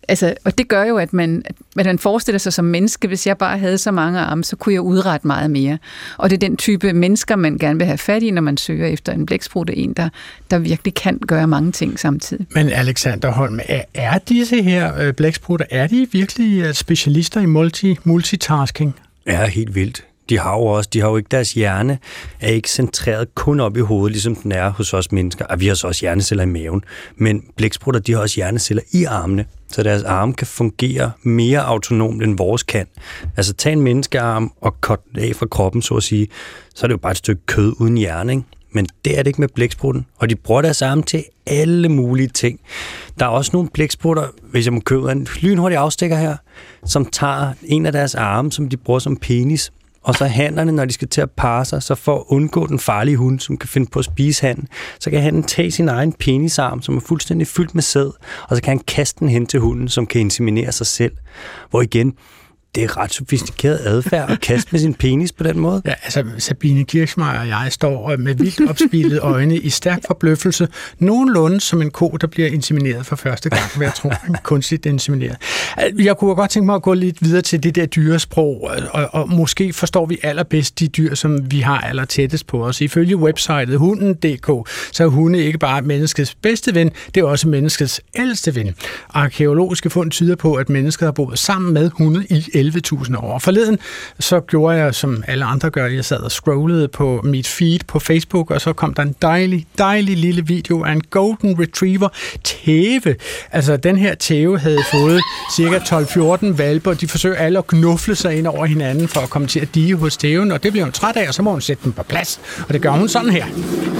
altså, og det gør jo, at man, at man forestiller sig som menneske, hvis jeg bare havde så mange arme, så kunne jeg udrette meget mere. Og det er den type mennesker, man gerne vil have fat i, når man søger efter en blæksprutte, en, der, der virkelig kan gøre mange ting samtidig. Men Alexander Holm, er, er disse her øh, blæksprutter, er de virkelig specialister i multi, multitasking? Ja, helt vildt. De har jo også, de har jo ikke, deres hjerne er ikke centreret kun op i hovedet, ligesom den er hos os mennesker. Og vi har så også hjerneceller i maven. Men blæksprutter, de har også hjerneceller i armene, så deres arme kan fungere mere autonomt, end vores kan. Altså, tag en menneskearm og cut af fra kroppen, så at sige, så er det jo bare et stykke kød uden hjerne, ikke? Men det er det ikke med blæksprutten, og de bruger deres arme til alle mulige ting. Der er også nogle blæksprutter, hvis jeg må købe en lynhurtig afstikker her, som tager en af deres arme, som de bruger som penis, og så handlerne, når de skal til at parre sig, så for at undgå den farlige hund, som kan finde på at spise handen, så kan han tage sin egen penisarm, som er fuldstændig fyldt med sæd, og så kan han kaste den hen til hunden, som kan inseminere sig selv. Hvor igen, det er ret sofistikeret adfærd at kaste med sin penis på den måde. Ja, altså Sabine Kirchmeier og jeg står med vildt opspilede øjne i stærk forbløffelse. Nogenlunde som en ko, der bliver insemineret for første gang, vil jeg tro. Kunstigt insemineret. Jeg kunne godt tænke mig at gå lidt videre til det der dyresprog, og, og måske forstår vi allerbedst de dyr, som vi har allertættest på os. Ifølge websitet hunden punktum d k, så er hunde ikke bare menneskets bedste ven, det er også menneskets ældste ven. Arkæologiske fund tyder på, at mennesker har boet sammen med hunde i elleve tusind år. Forleden så gjorde jeg, som alle andre gør, jeg sad og scrollede på mit feed på Facebook, og så kom der en dejlig, dejlig lille video af en golden retriever tæve. Altså, den her tæve havde fået cirka tolv fjorten hvalpe, og de forsøger alle at knufle sig ind over hinanden for at komme til at dige hos tæven, og det bliver hun træt af, og så må hun sætte dem på plads. Og det gør hun sådan her.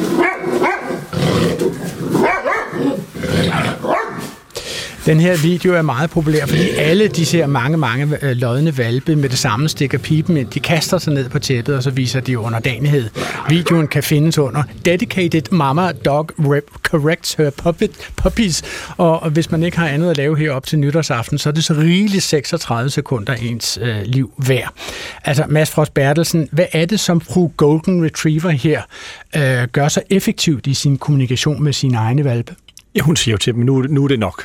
Den her video er meget populær, fordi alle de ser mange, mange lodne hvalpe med det samme stikker pipen ind. De kaster sig ned på tæppet, og så viser de underdanighed. Videoen kan findes under Dedicated Mama Dog Corrects Her puppet, Puppies. Og hvis man ikke har andet at lave her op til nytårsaften, så er det så rigeligt seksogtredive sekunder ens øh, liv værd. Altså, Mads Frost Bertelsen, hvad er det, som fru Golden Retriever her øh, gør så effektivt i sin kommunikation med sine egne hvalpe? Ja, hun siger jo til dem, nu, nu er det nok.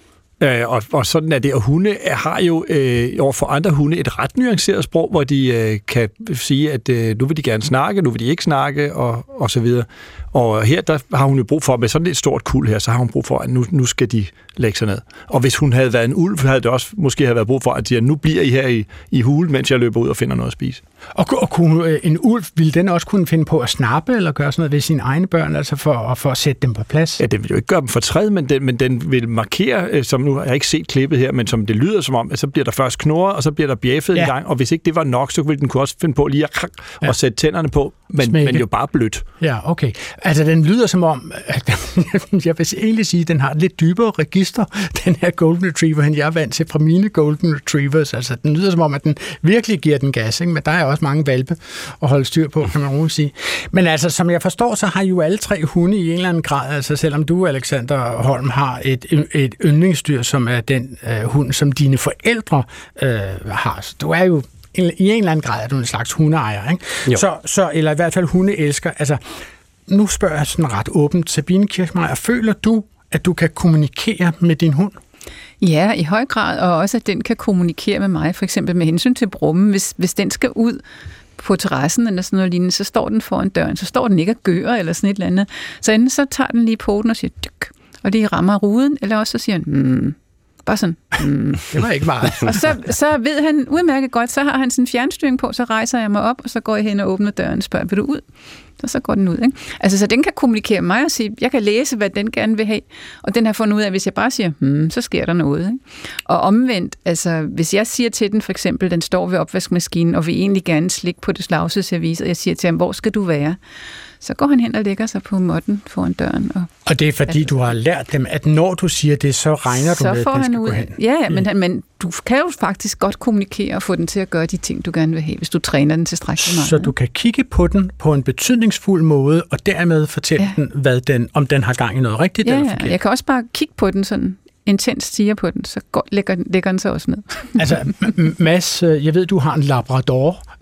Øh, og, og sådan er det, og hunde har jo øh, overfor andre hunde et ret nuanceret sprog, hvor de øh, kan sige, at øh, nu vil de gerne snakke, nu vil de ikke snakke, og, og så videre. Og her der har hun jo brug for, med sådan et stort kuld her, så har hun brug for, at nu, nu skal de lægge sig ned. Og hvis hun havde været en ulv, havde det også måske have været brug for, at de, nu bliver I her i, i hule, mens jeg løber ud og finder noget at spise. Og, og kunne, en ulv, ville den også kunne finde på at snappe, eller gøre sådan noget ved sine egne børn, altså for, for at sætte dem på plads? Ja, den vil jo ikke gøre dem fortræd, men den, men den vil markere, som nu har jeg ikke set klippet her, men som det lyder som om, at så bliver der først knurret, og så bliver der bjæffet ja. en gang, og hvis ikke det var nok, så ville den kunne også finde på lige at ja. og sætte tænderne på, men, men jo bare blødt. Ja, okay. Altså, den lyder som om, at jeg vil egentlig sige, at den har et lidt dybere register, den her Golden Retriever, end jeg er vant til fra mine Golden Retrievers. Altså, den lyder som om, at den virkelig giver den gas, ikke? Men der er også mange hvalpe at holde styr på, kan man roligt sige. Men altså, som jeg forstår, så har jo alle tre hunde i en eller anden grad, altså selvom du, Alexander Holm, har et, et yndlingsdyr, som er den øh, hund, som dine forældre øh, har. Så du er jo i en eller anden grad er du en slags hundeejer, ikke? Så, så, eller i hvert fald hundeelsker. Altså, nu spørger jeg sådan ret åbent, Sabine Kirchmeier, føler du, at du kan kommunikere med din hund? Ja, i høj grad, og også at den kan kommunikere med mig, for eksempel med hensyn til brummen. Hvis, hvis den skal ud på terrassen eller sådan noget lignende, så står den foran døren, så står den ikke og gør eller sådan et eller andet. Så enten så tager den lige på den og siger, dyk, og det rammer ruden, eller også så siger den, mm, bare sådan. Mm. Det var ikke meget. Og så, så ved han udmærket godt, så har han sådan en fjernstyring på, så rejser jeg mig op, og så går jeg hen og åbner døren og spørger, vil du ud? Og så går den ud, ikke? Altså, så den kan kommunikere med mig og sige, jeg kan læse, hvad den gerne vil have, og den har fundet ud af, at hvis jeg bare siger, hmm, så sker der noget, ikke? Og omvendt, altså, hvis jeg siger til den, for eksempel, den står ved opvaskemaskinen, og vil egentlig gerne slikke på det slagseservice, og jeg siger til ham, hvor skal du være? Så går han hen og lægger sig på måtten foran døren. Og, og det er fordi, altså, du har lært dem, at når du siger det, så regner du med, at den skal ud. gå hen. Ja, ja, men, mm. men du kan jo faktisk godt kommunikere og få den til at gøre de ting, du gerne vil have, hvis du træner den tilstrækkeligt meget. Så du kan kigge på den på en betydningsfuld måde, og dermed fortælle ja. den, hvad den, om den har gang i noget rigtigt ja, eller forkert. Ja, jeg kan også bare kigge på den sådan, intens stiger på den, så går, lægger, lægger den sig også ned. Altså, Mads, jeg ved, du har en labrador.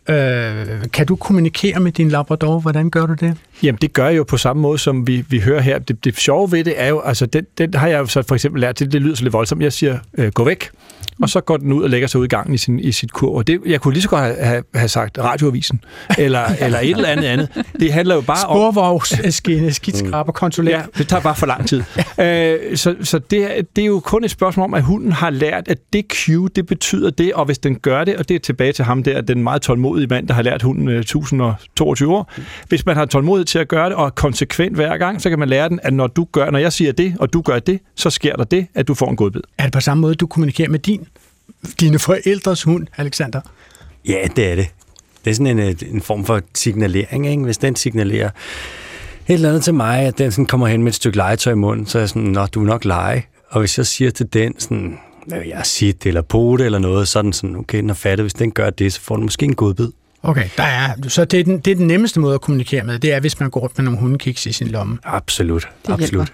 Øh, kan du kommunikere med din labrador? Hvordan gør du det? Jamen, det gør jeg jo på samme måde, som vi, vi hører her. Det, det sjove ved det er jo, altså, den, den har jeg jo så for eksempel lært til, det lyder så lidt voldsomt. Jeg siger, øh, gå væk, og så går den ud og lægger sig ud i gangen i, sin, i sit kur. Og det, jeg kunne lige så godt have, have sagt radioavisen, eller, eller et eller andet andet. Det handler jo bare om... Sporvognsskinde, skidskraberkonsulent. Ja, det tager bare for lang tid. øh, så så det, det er jo kun et spørgsmål om, at hunden har lært, at det cue, det betyder det, og hvis den gør det, og det er tilbage til ham der, den meget tålmodige mand, der har lært hunden øh, tusind og toogtyve år. Hvis man har tålmodighed til at gøre det, og konsekvent hver gang, så kan man lære den, at når du gør, når jeg siger det, og du gør det, så sker der det, at du får en godbid. Er det på samme måde, du kommunikerer med din, dine forældres hund, Alexander? Ja, det er det. Det er sådan en, en form for signalering, ikke? Hvis den signalerer et eller andet til mig, at den sådan kommer hen med et stykke legetøj i munden, så er jeg sådan, nå, du vil nok lege. Og hvis jeg siger til den sådan, hvad vil jeg sige, eller pote eller noget, så er den sådan, okay, den er fattet. Hvis den gør det, så får den måske en godbid. Okay, der er, så det er, den, det er den nemmeste måde at kommunikere med, det er, hvis man går rundt med nogle hundekiks i sin lomme. Absolut, absolut.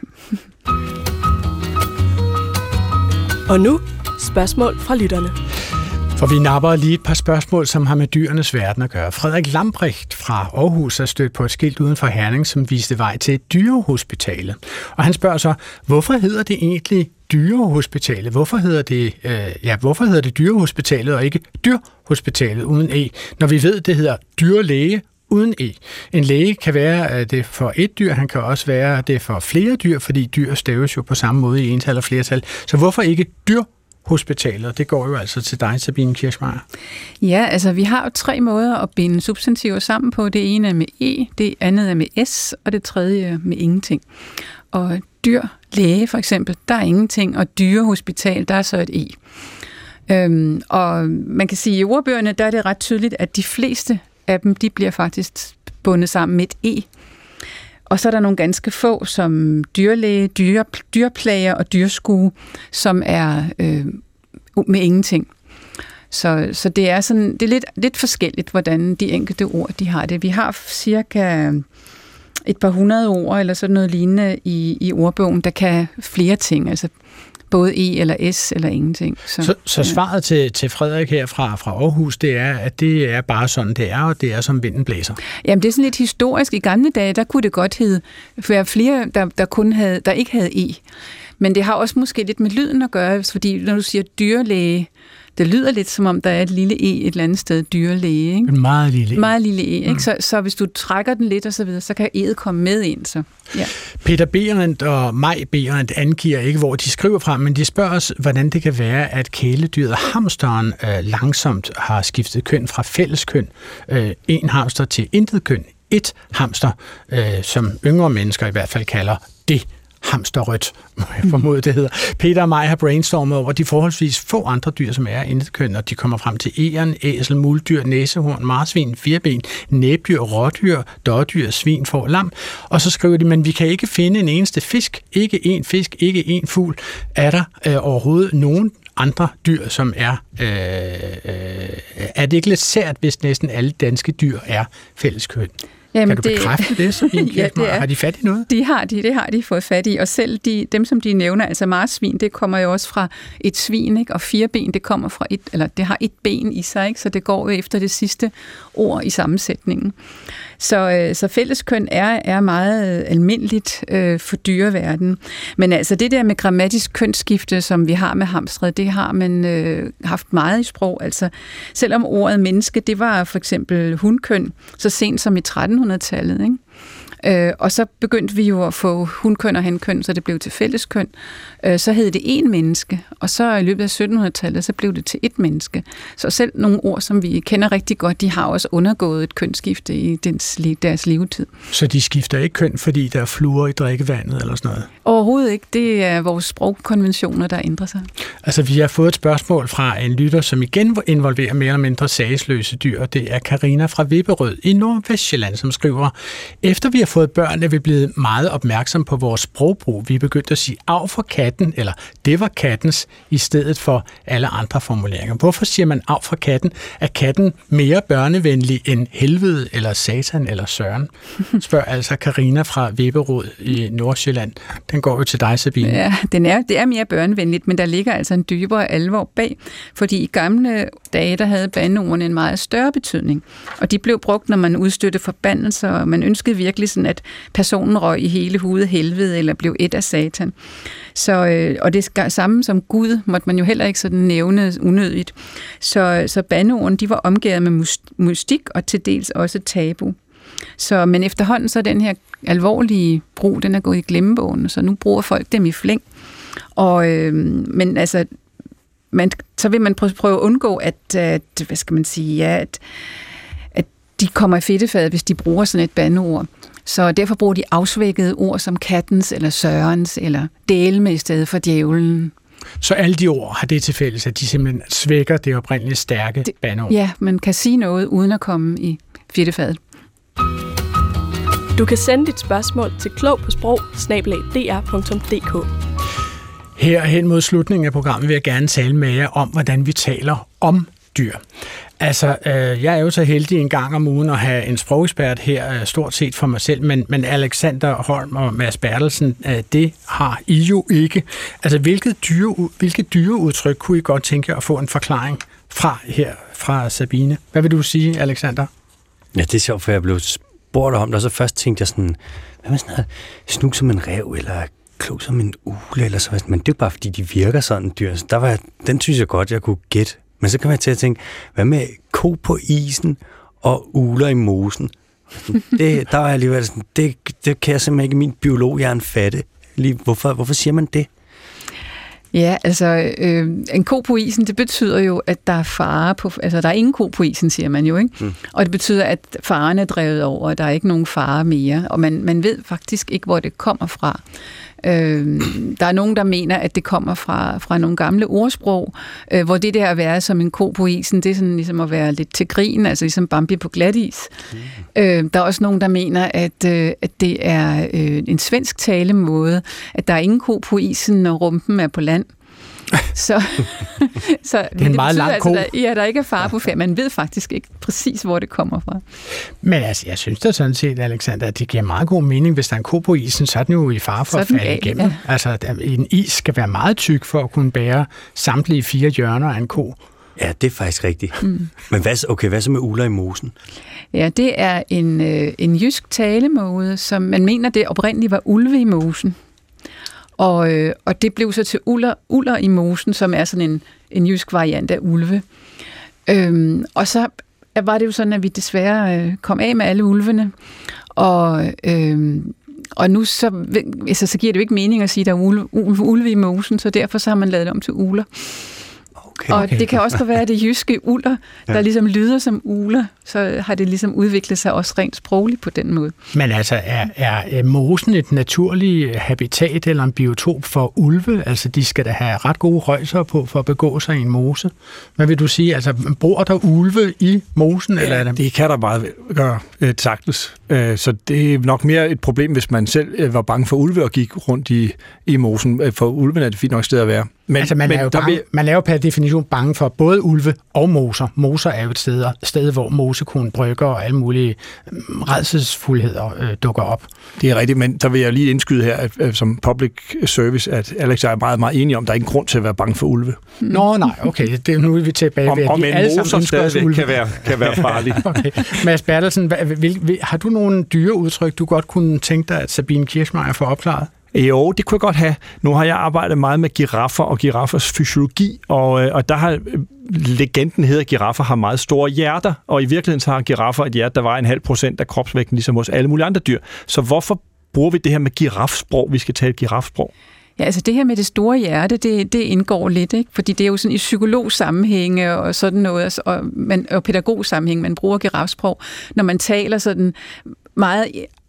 Og nu, spørgsmål fra lytterne. For vi napper lige et par spørgsmål, som har med dyrenes verden at gøre. Frederik Lambrecht fra Aarhus er stødt på et skilt uden for Herning, som viste vej til et dyrehospitalet. Og han spørger så, hvorfor hedder det egentlig dyrehospitalet? Hvorfor hedder det, øh, ja, hvorfor hedder det dyrehospitalet og ikke dyrhospitalet uden E, når vi ved, det hedder dyrlæge uden E? En læge kan være det for et dyr, han kan også være det for flere dyr, fordi dyr staves jo på samme måde i ental og flertal. Så hvorfor ikke dyrhospitalet? Det går jo altså til dig, Sabine Kirchmeier. Ja, altså vi har jo tre måder at binde substantiver sammen på. Det ene er med E, det andet er med S, og det tredje er med ingenting. Og dyr, læge for eksempel, der er ingenting, og dyrehospital, der er så et E. Øhm, og man kan sige, at i ordbøgerne, der er det ret tydeligt, at de fleste af dem, de bliver faktisk bundet sammen med et E. Og så er der nogle ganske få, som dyrlæge, dyre, dyrplager og dyrskue, som er øh, med ingenting. Så, så det er, sådan, det er lidt, lidt forskelligt, hvordan de enkelte ord de har det. Vi har cirka et par hundrede ord, eller sådan noget lignende i, i ordbogen, der kan flere ting, altså både E eller S eller ingenting. Så, så, så svaret til, til Frederik her fra, fra Aarhus, det er, at det er bare sådan, det er, og det er som vinden blæser. Jamen, det er sådan lidt historisk. I gamle dage, der kunne det godt hedde, være flere, der, der, kun havde, der ikke havde E. Men det har også måske lidt med lyden at gøre, fordi når du siger dyrlæge, det lyder lidt som om, der er et lille E et eller andet sted, dyrlæge. Ikke? En meget lille E. Meget lille E, ikke? Mm. Så, så hvis du trækker den lidt og så videre, så kan E'et komme med ind. Så. Ja. Peter Behrendt og Maj Behrendt angiver ikke, hvor de skriver fra, men de spørger os, hvordan det kan være, at kæledyret hamsteren øh, langsomt har skiftet køn fra fælleskøn. Øh, en hamster til intet køn. Et hamster, øh, som yngre mennesker i hvert fald kalder det hamsterrødt, må jeg formode, det hedder. Peter og mig har brainstormet over de forholdsvis få andre dyr, som er intetkøn, og de kommer frem til egern, æsel, muldyr, næsehorn, marsvin, firben, næbdyr, rådyr, dårdyr, svin, får, lam. Og så skriver de, men vi kan ikke finde en eneste fisk, ikke en fisk, ikke en fugl. Er der øh, overhovedet nogen andre dyr, som er... Øh, øh, er det ikke lidt sært, hvis næsten alle danske dyr er fælleskøn? Jamen, kan du det, bekræfte det, Sabine Kirchmeier? Ja, har de fat i noget? De har de, det har de fået fat i, og selv de, dem, som de nævner, altså marsvin, det kommer jo også fra et svin, ikke? Og fire ben, det kommer fra et, eller det har et ben i sig, ikke? Så det går jo efter det sidste ord i sammensætningen. Så, så fælleskøn er, er meget almindeligt øh, for dyreverdenen. Men altså det der med grammatisk kønsskifte, som vi har med hamstret, det har man øh, haft meget i sprog. Altså selvom ordet menneske, det var for eksempel hundkøn, så sent som i trettenhundredetallet, ikke? Øh, og så begyndte vi jo at få hunkøn og hankøn, så det blev til fælleskøn. Øh, så hed det én menneske, og så i løbet af syttenhundredetallet, så blev det til ét menneske. Så selv nogle ord, som vi kender rigtig godt, de har også undergået et kønsskifte i dens, deres levetid. Så de skifter ikke køn, fordi der er fluor i drikkevandet eller sådan noget? Overhovedet ikke. Det er vores sprogkonventioner, der ændrer sig. Altså, vi har fået et spørgsmål fra en lytter, som igen involverer mere eller mindre sagsløse dyr. Det er Karina fra Vipperød i Nordvestjylland, som skriver, efter vi har fået børn, er vi blevet meget opmærksom på vores sprogbrug. Vi er begyndt at sige af for katten, eller det var kattens, i stedet for alle andre formuleringer. Hvorfor siger man af for katten? Er katten mere børnevenlig end helvede, eller satan, eller søren? Spørger altså Karina fra Vipperød i Nordsjælland. Den går jo til dig, Sabine. Ja, den er, det er mere børnevenligt, men der ligger altså en dybere alvor bag, fordi i gamle dage, der havde bandeordene en meget større betydning, og de blev brugt, når man udstødte forbandelser, og man ønskede virkelig sådan, at personen røg i hele hovedet helvede, eller blev et af satan. Så, øh, og det samme som Gud måtte man jo heller ikke sådan nævne unødigt. Så, så bandeordene, de var omgivet med mystik, og til dels også tabu. Så, men efterhånden så er den her alvorlige brug, den er gået i glemmebogen, så nu bruger folk dem i flæng. Og, øh, men altså, man, så vil man prøve, prøve at undgå, at, at hvad skal man sige, ja, at, at de kommer i fedtefadet, hvis de bruger sådan et bandeord. Så derfor bruger de afsvækkede ord som kattens, eller sørens, eller dælme i stedet for djævlen. Så alle de ord har det til fælles, at de simpelthen svækker det oprindelige stærke det, bandeord? Ja, man kan sige noget uden at komme i fedtefadet. Du kan sende dit spørgsmål til klog på sprog snabel-a d r punktum d k. Her hen mod slutningen af programmet vil jeg gerne tale med jer om, hvordan vi taler om dyr. Altså, øh, jeg er jo så heldig en gang om ugen at have en sprogekspert her, øh, stort set for mig selv, men, men Alexander Holm og Mads Bertelsen, øh, det har I jo ikke. Altså, hvilket dyre, hvilket dyreudtryk kunne I godt tænke at få en forklaring fra her, fra Sabine? Hvad vil du sige, Alexander? Ja, det er sjovt, for jeg blev spurgt om det, og så først tænkte jeg sådan, hvad med sådan noget snug som en ræv, eller klog som en ule, eller så, men det er bare, fordi de virker sådan dyr. Så der var, den synes jeg godt, jeg kunne gætte. Men så kan man til at tænke, hvad med ko på isen og uler i mosen? Det, der var alligevel sådan, det, det kan jeg simpelthen ikke min biologhjerne fatte. Lige, hvorfor, hvorfor siger man det? Ja, altså øh, en ko på isen, det betyder jo, at der er fare på, altså der er ingen ko på isen, siger man jo, ikke? Mm. Og det betyder, at faren er drevet over, og der er ikke nogen fare mere, og man, man ved faktisk ikke, hvor det kommer fra. Øh, der er nogen, der mener, at det kommer fra, fra nogle gamle ordsprog, øh, hvor det der at være som en ko på isen, det er sådan ligesom at være lidt til grin, altså ligesom Bambi på glatis. Mm. Øh, der er også nogen, der mener, at, øh, at det er øh, en svensk talemåde, at der er ingen ko på isen, når rumpen er på land. Så, så det er en meget lang ko. Altså, der, ja, der ikke er fare på færd. Man ved faktisk ikke præcis, hvor det kommer fra. Men altså, jeg synes da sådan set, Alexander, at det giver meget god mening. Hvis der er en ko på isen, så er den jo i fare for at falde igennem. Ja. Altså, en is skal være meget tyk for at kunne bære samtlige fire hjørner af en ko. Ja, det er faktisk rigtigt. Mm. Men hvad, okay, hvad så med uler i mosen? Ja, det er en, øh, en jysk talemåde, som man mener, det oprindeligt var ulve i mosen. Og, øh, og det blev så til uller, uller i mosen, som er sådan en, en jysk variant af ulve. Øhm, og så var det jo sådan, at vi desværre øh, kom af med alle ulvene. Og, øh, og nu så, altså, så giver det jo ikke mening at sige, at der er ulve, ulve, ulve i mosen, så derfor så har man lavet det om til uler. Okay, og okay. Det kan også være det jyske uller, der ja. ligesom lyder som uler, så har det ligesom udviklet sig også rent sprogligt på den måde. Men altså, er, er mosen et naturligt habitat eller en biotop for ulve? Altså, de skal da have ret gode røjser på for at begå sig i en mose. Hvad vil du sige? Altså, bor der ulve i mosen? Ja, eller er det... det kan der bare gøre øh, sagtens. Øh, så det er nok mere et problem, hvis man selv øh, var bange for ulve og gik rundt i, i mosen. For ulven er det fint nok sted at være. Men, altså, man, men er jo bange, vil... man er jo per definition bange for både ulve og moser. Moser er jo et sted, sted hvor mosekone brygger og alle mulige rædselsfuldheder øh, dukker op. Det er rigtigt, men der vil jeg lige indskyde her, at, at, som public service, at Alex er meget, meget enig om, der er ingen grund til at være bange for ulve. Nå, nej, okay. Det er nu er vi tilbage ved, at om vi alle sammen ønsker os ulve. Kan være, kan være farligt. Okay. Mads Bertelsen, vil, vil, har du nogle dyreudtryk, du godt kunne tænke dig, at Sabine Kirchmeier får opklaret? Jo, det kunne jeg godt have. Nu har jeg arbejdet meget med giraffer og giraffers fysiologi, og, og der har legenden hedder, at giraffer har meget store hjerter, og i virkeligheden så har giraffer et hjerte, der var en halv procent af kropsvægten, ligesom hos alle mulige andre dyr. Så hvorfor bruger vi det her med girafsprog? Vi skal tale girafsprog. Ja, altså det her med det store hjerte, det, det indgår lidt, ikke? Fordi det er jo sådan i psykologsammenhænge og sådan noget, og, man, og pædagogsammenhæng, man bruger girafsprog, når man taler sådan meget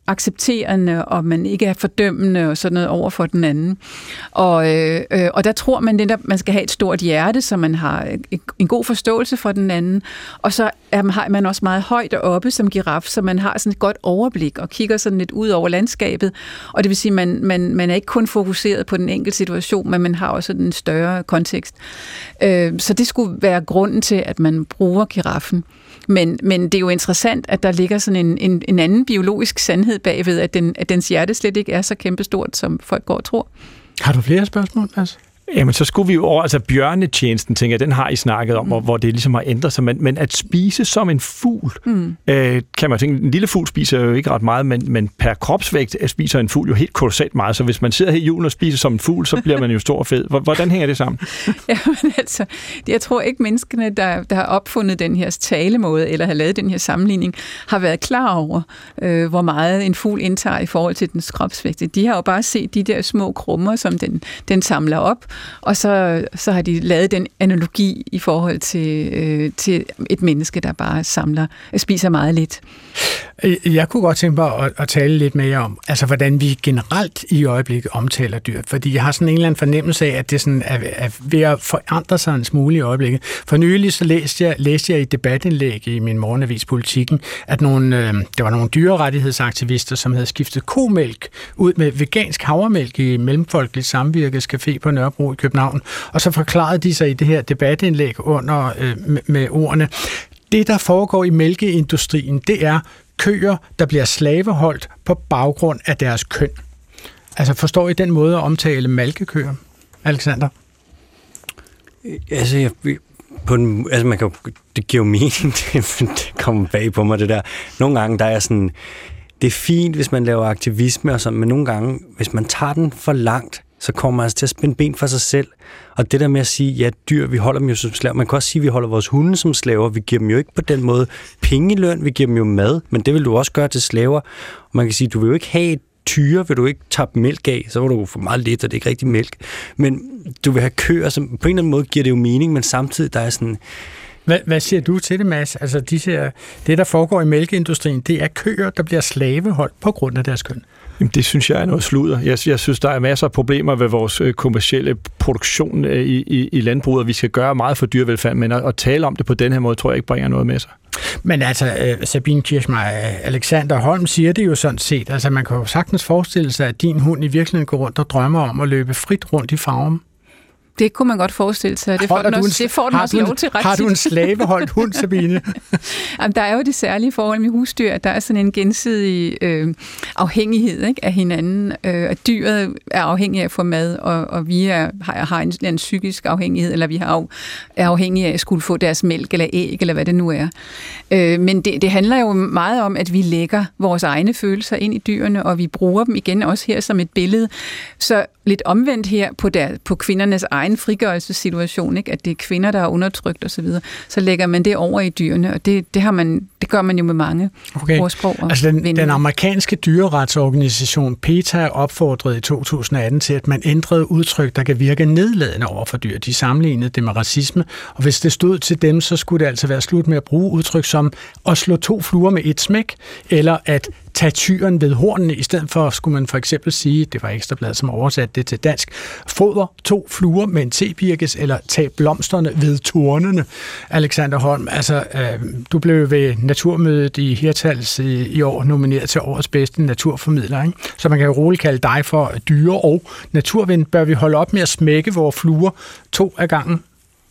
accepterende, og man ikke er fordømmende og sådan noget over for den anden. Og, øh, øh, og der tror man, at man skal have et stort hjerte, så man har en god forståelse for den anden. Og så er, har man også meget højt oppe som giraf, så man har sådan et godt overblik og kigger sådan lidt ud over landskabet. Og det vil sige, at man, man, man er ikke kun fokuseret på den enkelte situation, men man har også en større kontekst. Øh, så det skulle være grunden til, at man bruger giraffen. Men, men det er jo interessant, at der ligger sådan en, en, en anden biologisk sandhed bagved, at, den, at dens hjerte slet ikke er så kæmpestort, som folk går og tror. Har du flere spørgsmål, Mads? Jamen, så skulle vi jo over, altså bjørnetjenesten, tænker jeg, den har I snakket om, mm. hvor, hvor det ligesom har ændret sig, men, men at spise som en fugl, mm. øh, kan man tænke, en lille fugl spiser jo ikke ret meget, men, men per kropsvægt spiser en fugl jo helt kolossalt meget, så hvis man sidder her i julen og spiser som en fugl, så bliver man jo stor og fed. Hvordan hænger det sammen? Jamen altså, jeg tror ikke menneskene, der, der har opfundet den her talemåde, eller har lavet den her sammenligning, har været klar over, øh, hvor meget en fugl indtager i forhold til dens kropsvægt. De har jo bare set de der små krummer, som den, den samler op, og så, så har de lavet den analogi i forhold til, øh, til et menneske, der bare samler, spiser meget lidt. Jeg kunne godt tænke mig at, at tale lidt mere om, altså hvordan vi generelt i øjeblikket omtaler dyr, fordi jeg har sådan en eller anden fornemmelse af, at det sådan er, er ved at forandre sig en smule i øjeblikket. For nylig så læste jeg, læste jeg i et debatindlæg i min morgenavis Politikken, at nogle, øh, der var nogle dyrerettighedsaktivister, som havde skiftet komælk ud med vegansk havremælk i Mellemfolkeligt Samvirkes Café på Nørrebro i København, og så forklarede de sig i det her debatindlæg under øh, med, med ordene: det, der foregår i mælkeindustrien, det er køer, der bliver slaveholdt på baggrund af deres køn. Altså, forstår I den måde at omtale malkekøer, Alexander? Altså, jeg, på en, altså man kan, det giver jo mening, det kommer bag på mig, det der. Nogle gange, der er sådan, det er fint, hvis man laver aktivisme og sådan, men nogle gange, hvis man tager den for langt, så kommer man altså til at spænde ben for sig selv. Og det der med at sige, ja, dyr, vi holder dem jo som slaver. Man kan også sige, at vi holder vores hunde som slaver. Vi giver dem jo ikke på den måde penge i løn, vi giver dem jo mad, men det vil du også gøre til slaver. Og man kan sige, du vil jo ikke have et tyre, vil du ikke tappe mælk af, så vil du få meget lidt, og det er ikke rigtig mælk. Men du vil have køer, som på en eller anden måde giver det jo mening, men samtidig der er sådan... Hvad, hvad siger du til det, Mads? Altså, de siger, det, der foregår i mælkeindustrien, det er køer, der bliver slaveholdt på grund af deres køn. Jamen, det synes jeg er noget sludder. Jeg, jeg synes, der er masser af problemer ved vores kommercielle produktion i, i, i landbruget, og vi skal gøre meget for dyrevelfærd, men at, at tale om det på den her måde, tror jeg ikke bringer noget med sig. Men altså, Sabine Kirchmeier, Alexander Holm siger det jo sådan set. Altså, man kan jo sagtens forestille sig, at din hund i virkeligheden går rundt og drømmer om at løbe frit rundt i farven. Det kunne man godt forestille sig. Det får den også, en, det får den også lov til ret. Har du en slaveholdt hund, Sabine? Jamen, der er jo det særlige forhold med husdyr, at der er sådan en gensidig øh, afhængighed, ikke, af hinanden. Øh, at dyret er afhængig af at få mad, og, og vi er, har, har en, en psykisk afhængighed, eller vi har, er afhængige af at skulle få deres mælk eller æg, eller hvad det nu er. Øh, men det, det handler jo meget om, at vi lægger vores egne følelser ind i dyrene, og vi bruger dem igen også her som et billede. Så lidt omvendt her på, der, på kvindernes egen frigørelsessituation, ikke? At det er kvinder, der er undertrykt osv., så, så lægger man det over i dyrene, og det, det, har man, det gør man jo med mange okay. ordsprog. Altså den, den amerikanske dyreretsorganisation PETA opfordrede i to tusind atten til, at man ændrede udtryk, der kan virke nedladende over for dyr. De sammenlignede det med racisme, og hvis det stod til dem, så skulle det altså være slut med at bruge udtryk som at slå to fluer med et smæk, eller at tage tyren ved hornene. I stedet for skulle man for eksempel sige, det var Ekstrabladet, som oversatte det til dansk, foder to fluer med en tebirkes, eller tag blomsterne ved tornene. Alexander Holm, altså, øh, du blev ved Naturmødet i Hirtshals i, i år nomineret til årets bedste naturformidler, ikke? Så man kan jo roligt kalde dig for dyre- og naturven. Bør vi holde op med at smække vores fluer to af gangen?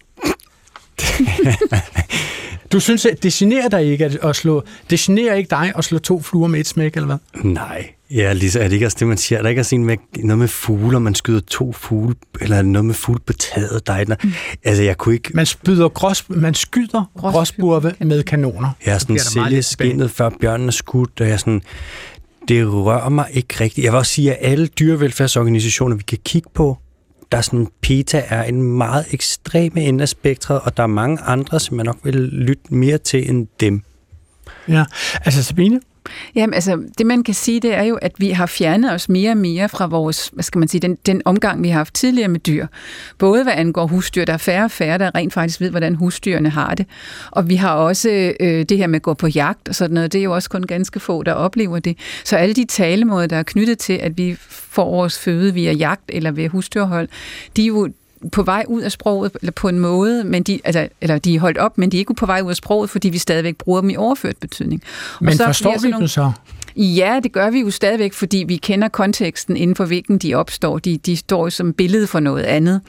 Du synes, at det generer dig ikke at slå, det generer ikke dig at slå to fluer med et smæk, eller hvad? Nej, ja, Lisa, er det ikke også det, man siger? Er der ikke også med, noget med fugle, og man skyder to fugle, eller er det noget med fugle på taget? Der er et, mm. Altså, jeg kunne ikke... Man, spyder grås, man skyder gråsburve med kanoner. Jeg er sådan sælge skinnet, før bjørnen er skudt, og jeg er sådan... Det rører mig ikke rigtigt. Jeg vil også sige, at alle dyrevelfærdsorganisationer, vi kan kigge på, der er sådan, PETA er en meget ekstreme ende af spektret, og der er mange andre, som jeg nok vil lytte mere til end dem. Ja, altså Sabine, Jamen, altså, det man kan sige, det er jo, at vi har fjernet os mere og mere fra vores, hvad skal man sige, den, den omgang, vi har haft tidligere med dyr. Både hvad angår husdyr, der er færre og færre, der rent faktisk ved, hvordan husdyrene har det. Og vi har også øh, det her med at gå på jagt og sådan noget, det er jo også kun ganske få, der oplever det. Så alle de talemåder, der er knyttet til, at vi får vores føde via jagt eller ved husdyrhold, de er jo på vej ud af sproget, eller på en måde, men de, altså, eller de er holdt op, men de er ikke på vej ud af sproget, fordi vi stadigvæk bruger dem i overført betydning. Og men så forstår vi nogle... dem så? Ja, det gør vi jo stadigvæk, fordi vi kender konteksten, inden for hvilken de opstår. De, de står jo som billede for noget andet.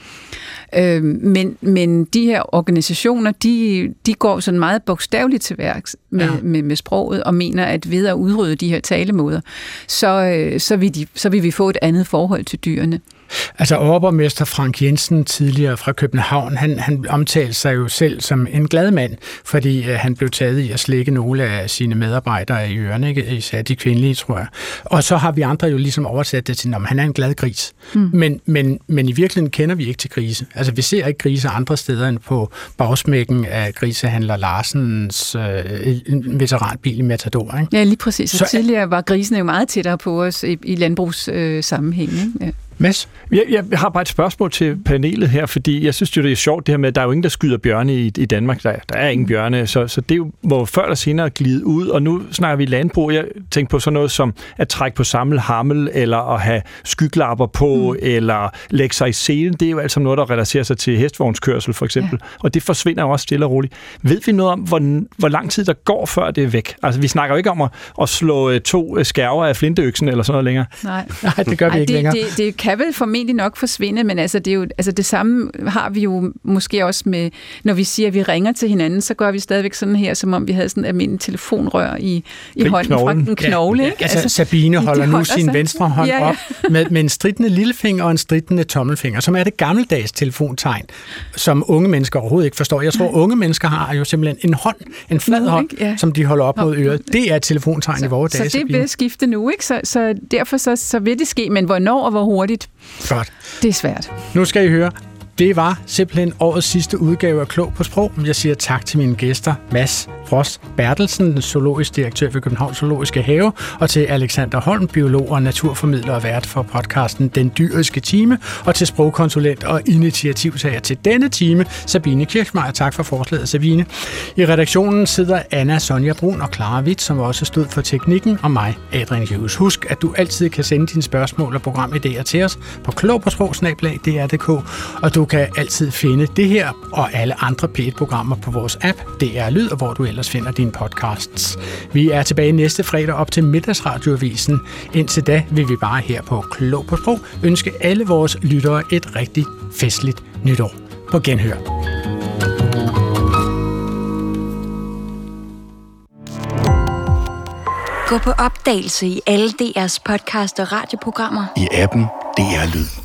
Øh, men, men de her organisationer, de, de går sådan meget bogstaveligt til værks med, ja. med, med sproget, og mener, at ved at udrydde de her talemåder, så, så, vil de, så vil vi få et andet forhold til dyrene. Altså overborgmester Frank Jensen, tidligere fra København, han, han omtalte sig jo selv som en glad mand, fordi øh, han blev taget i at slikke nogle af sine medarbejdere i ørerne, ikke? Især de kvindelige, tror jeg. Og så har vi andre jo ligesom oversat det til, at han er en glad gris. Mm. Men, men, men i virkeligheden kender vi ikke til grise. Altså vi ser ikke grise andre steder end på bagsmækken af grisehandler Larsens øh, veteranbil i Matador. Ikke? Ja, lige præcis. Så, så tidligere var grisene jo meget tættere på os i, i landbrugssammenhæng. Øh, ja. Mads? Jeg, jeg har bare et spørgsmål til panelet her, fordi jeg synes jo, det er sjovt det her med, at der er jo ingen, der skyder bjørne i, i Danmark. Der, der er ingen bjørne, så, så det må før eller senere glide ud, og nu snakker vi landbrug. Jeg tænker på sådan noget som at trække på sammel hammel, eller at have skyggelapper på, mm. eller lægge sig i selen. Det er jo altså noget, der relaterer sig til hestvognskørsel, for eksempel. Ja. Og det forsvinder jo også stille og roligt. Ved vi noget om, hvor, hvor lang tid der går, før det er væk? Altså, vi snakker jo ikke om at, at slå to skærver af flinteøksen, eller sådan noget længere. Nej, Nej det gør vi Ej, ikke det, længere. Det, det kan vel formentlig nok forsvinde, men altså det, er jo, altså det samme har vi jo måske også med, når vi siger, at vi ringer til hinanden, så gør vi stadigvæk sådan her, som om vi havde sådan et almindeligt telefonrør i, i hånden fra en knogle. Ja, ikke? altså, altså Sabine holder nu sin sig. venstre hånd ja, ja. op med, med en stridende lillefinger og en stridende tommelfinger, som er det gammeldags telefontegn, som unge mennesker overhovedet ikke forstår. Jeg tror, Nej. unge mennesker har jo simpelthen en hånd, en flad nu, hånd, ja. som de holder op mod øret. Det er et telefontegn så, i vores dage, Så det Sabine. vil skifte nu, ikke? Så, så derfor så, så vil det ske, men hvornår og hvor hurtigt? Godt. Det er svært. Nu skal I høre. Det var simpelthen årets sidste udgave af Klog på Sprog. Jeg siger tak til mine gæster, Mads Ross Bertelsen, den zoologisk direktør ved Københavns Zoologiske Have, og til Alexander Holm, biolog og naturformidler og vært for podcasten Den Dyriske Time, og til sprogkonsulent og initiativtager til denne time, Sabine Kirchmeier. Tak for forslaget, Sabine. I redaktionen sidder Anna Sonja Brun og Clara Witt, som også stod for teknikken, og mig, Adrian Hughes. Husk, at du altid kan sende dine spørgsmål og programidéer til os på klog på sprog snabel-a d r punktum d k, og du kan altid finde det her og alle andre P et-programmer på vores app, D R Lyd, og hvor du ellers finder dine podcasts. Vi er tilbage næste fredag op til Middagsradioavisen. Indtil da vil vi bare her på Klog på Sprog ønske alle vores lyttere et rigtig festligt nytår. På genhør. Gå på opdagelse i alle D R's podcast og radioprogrammer. I appen D R Lyd.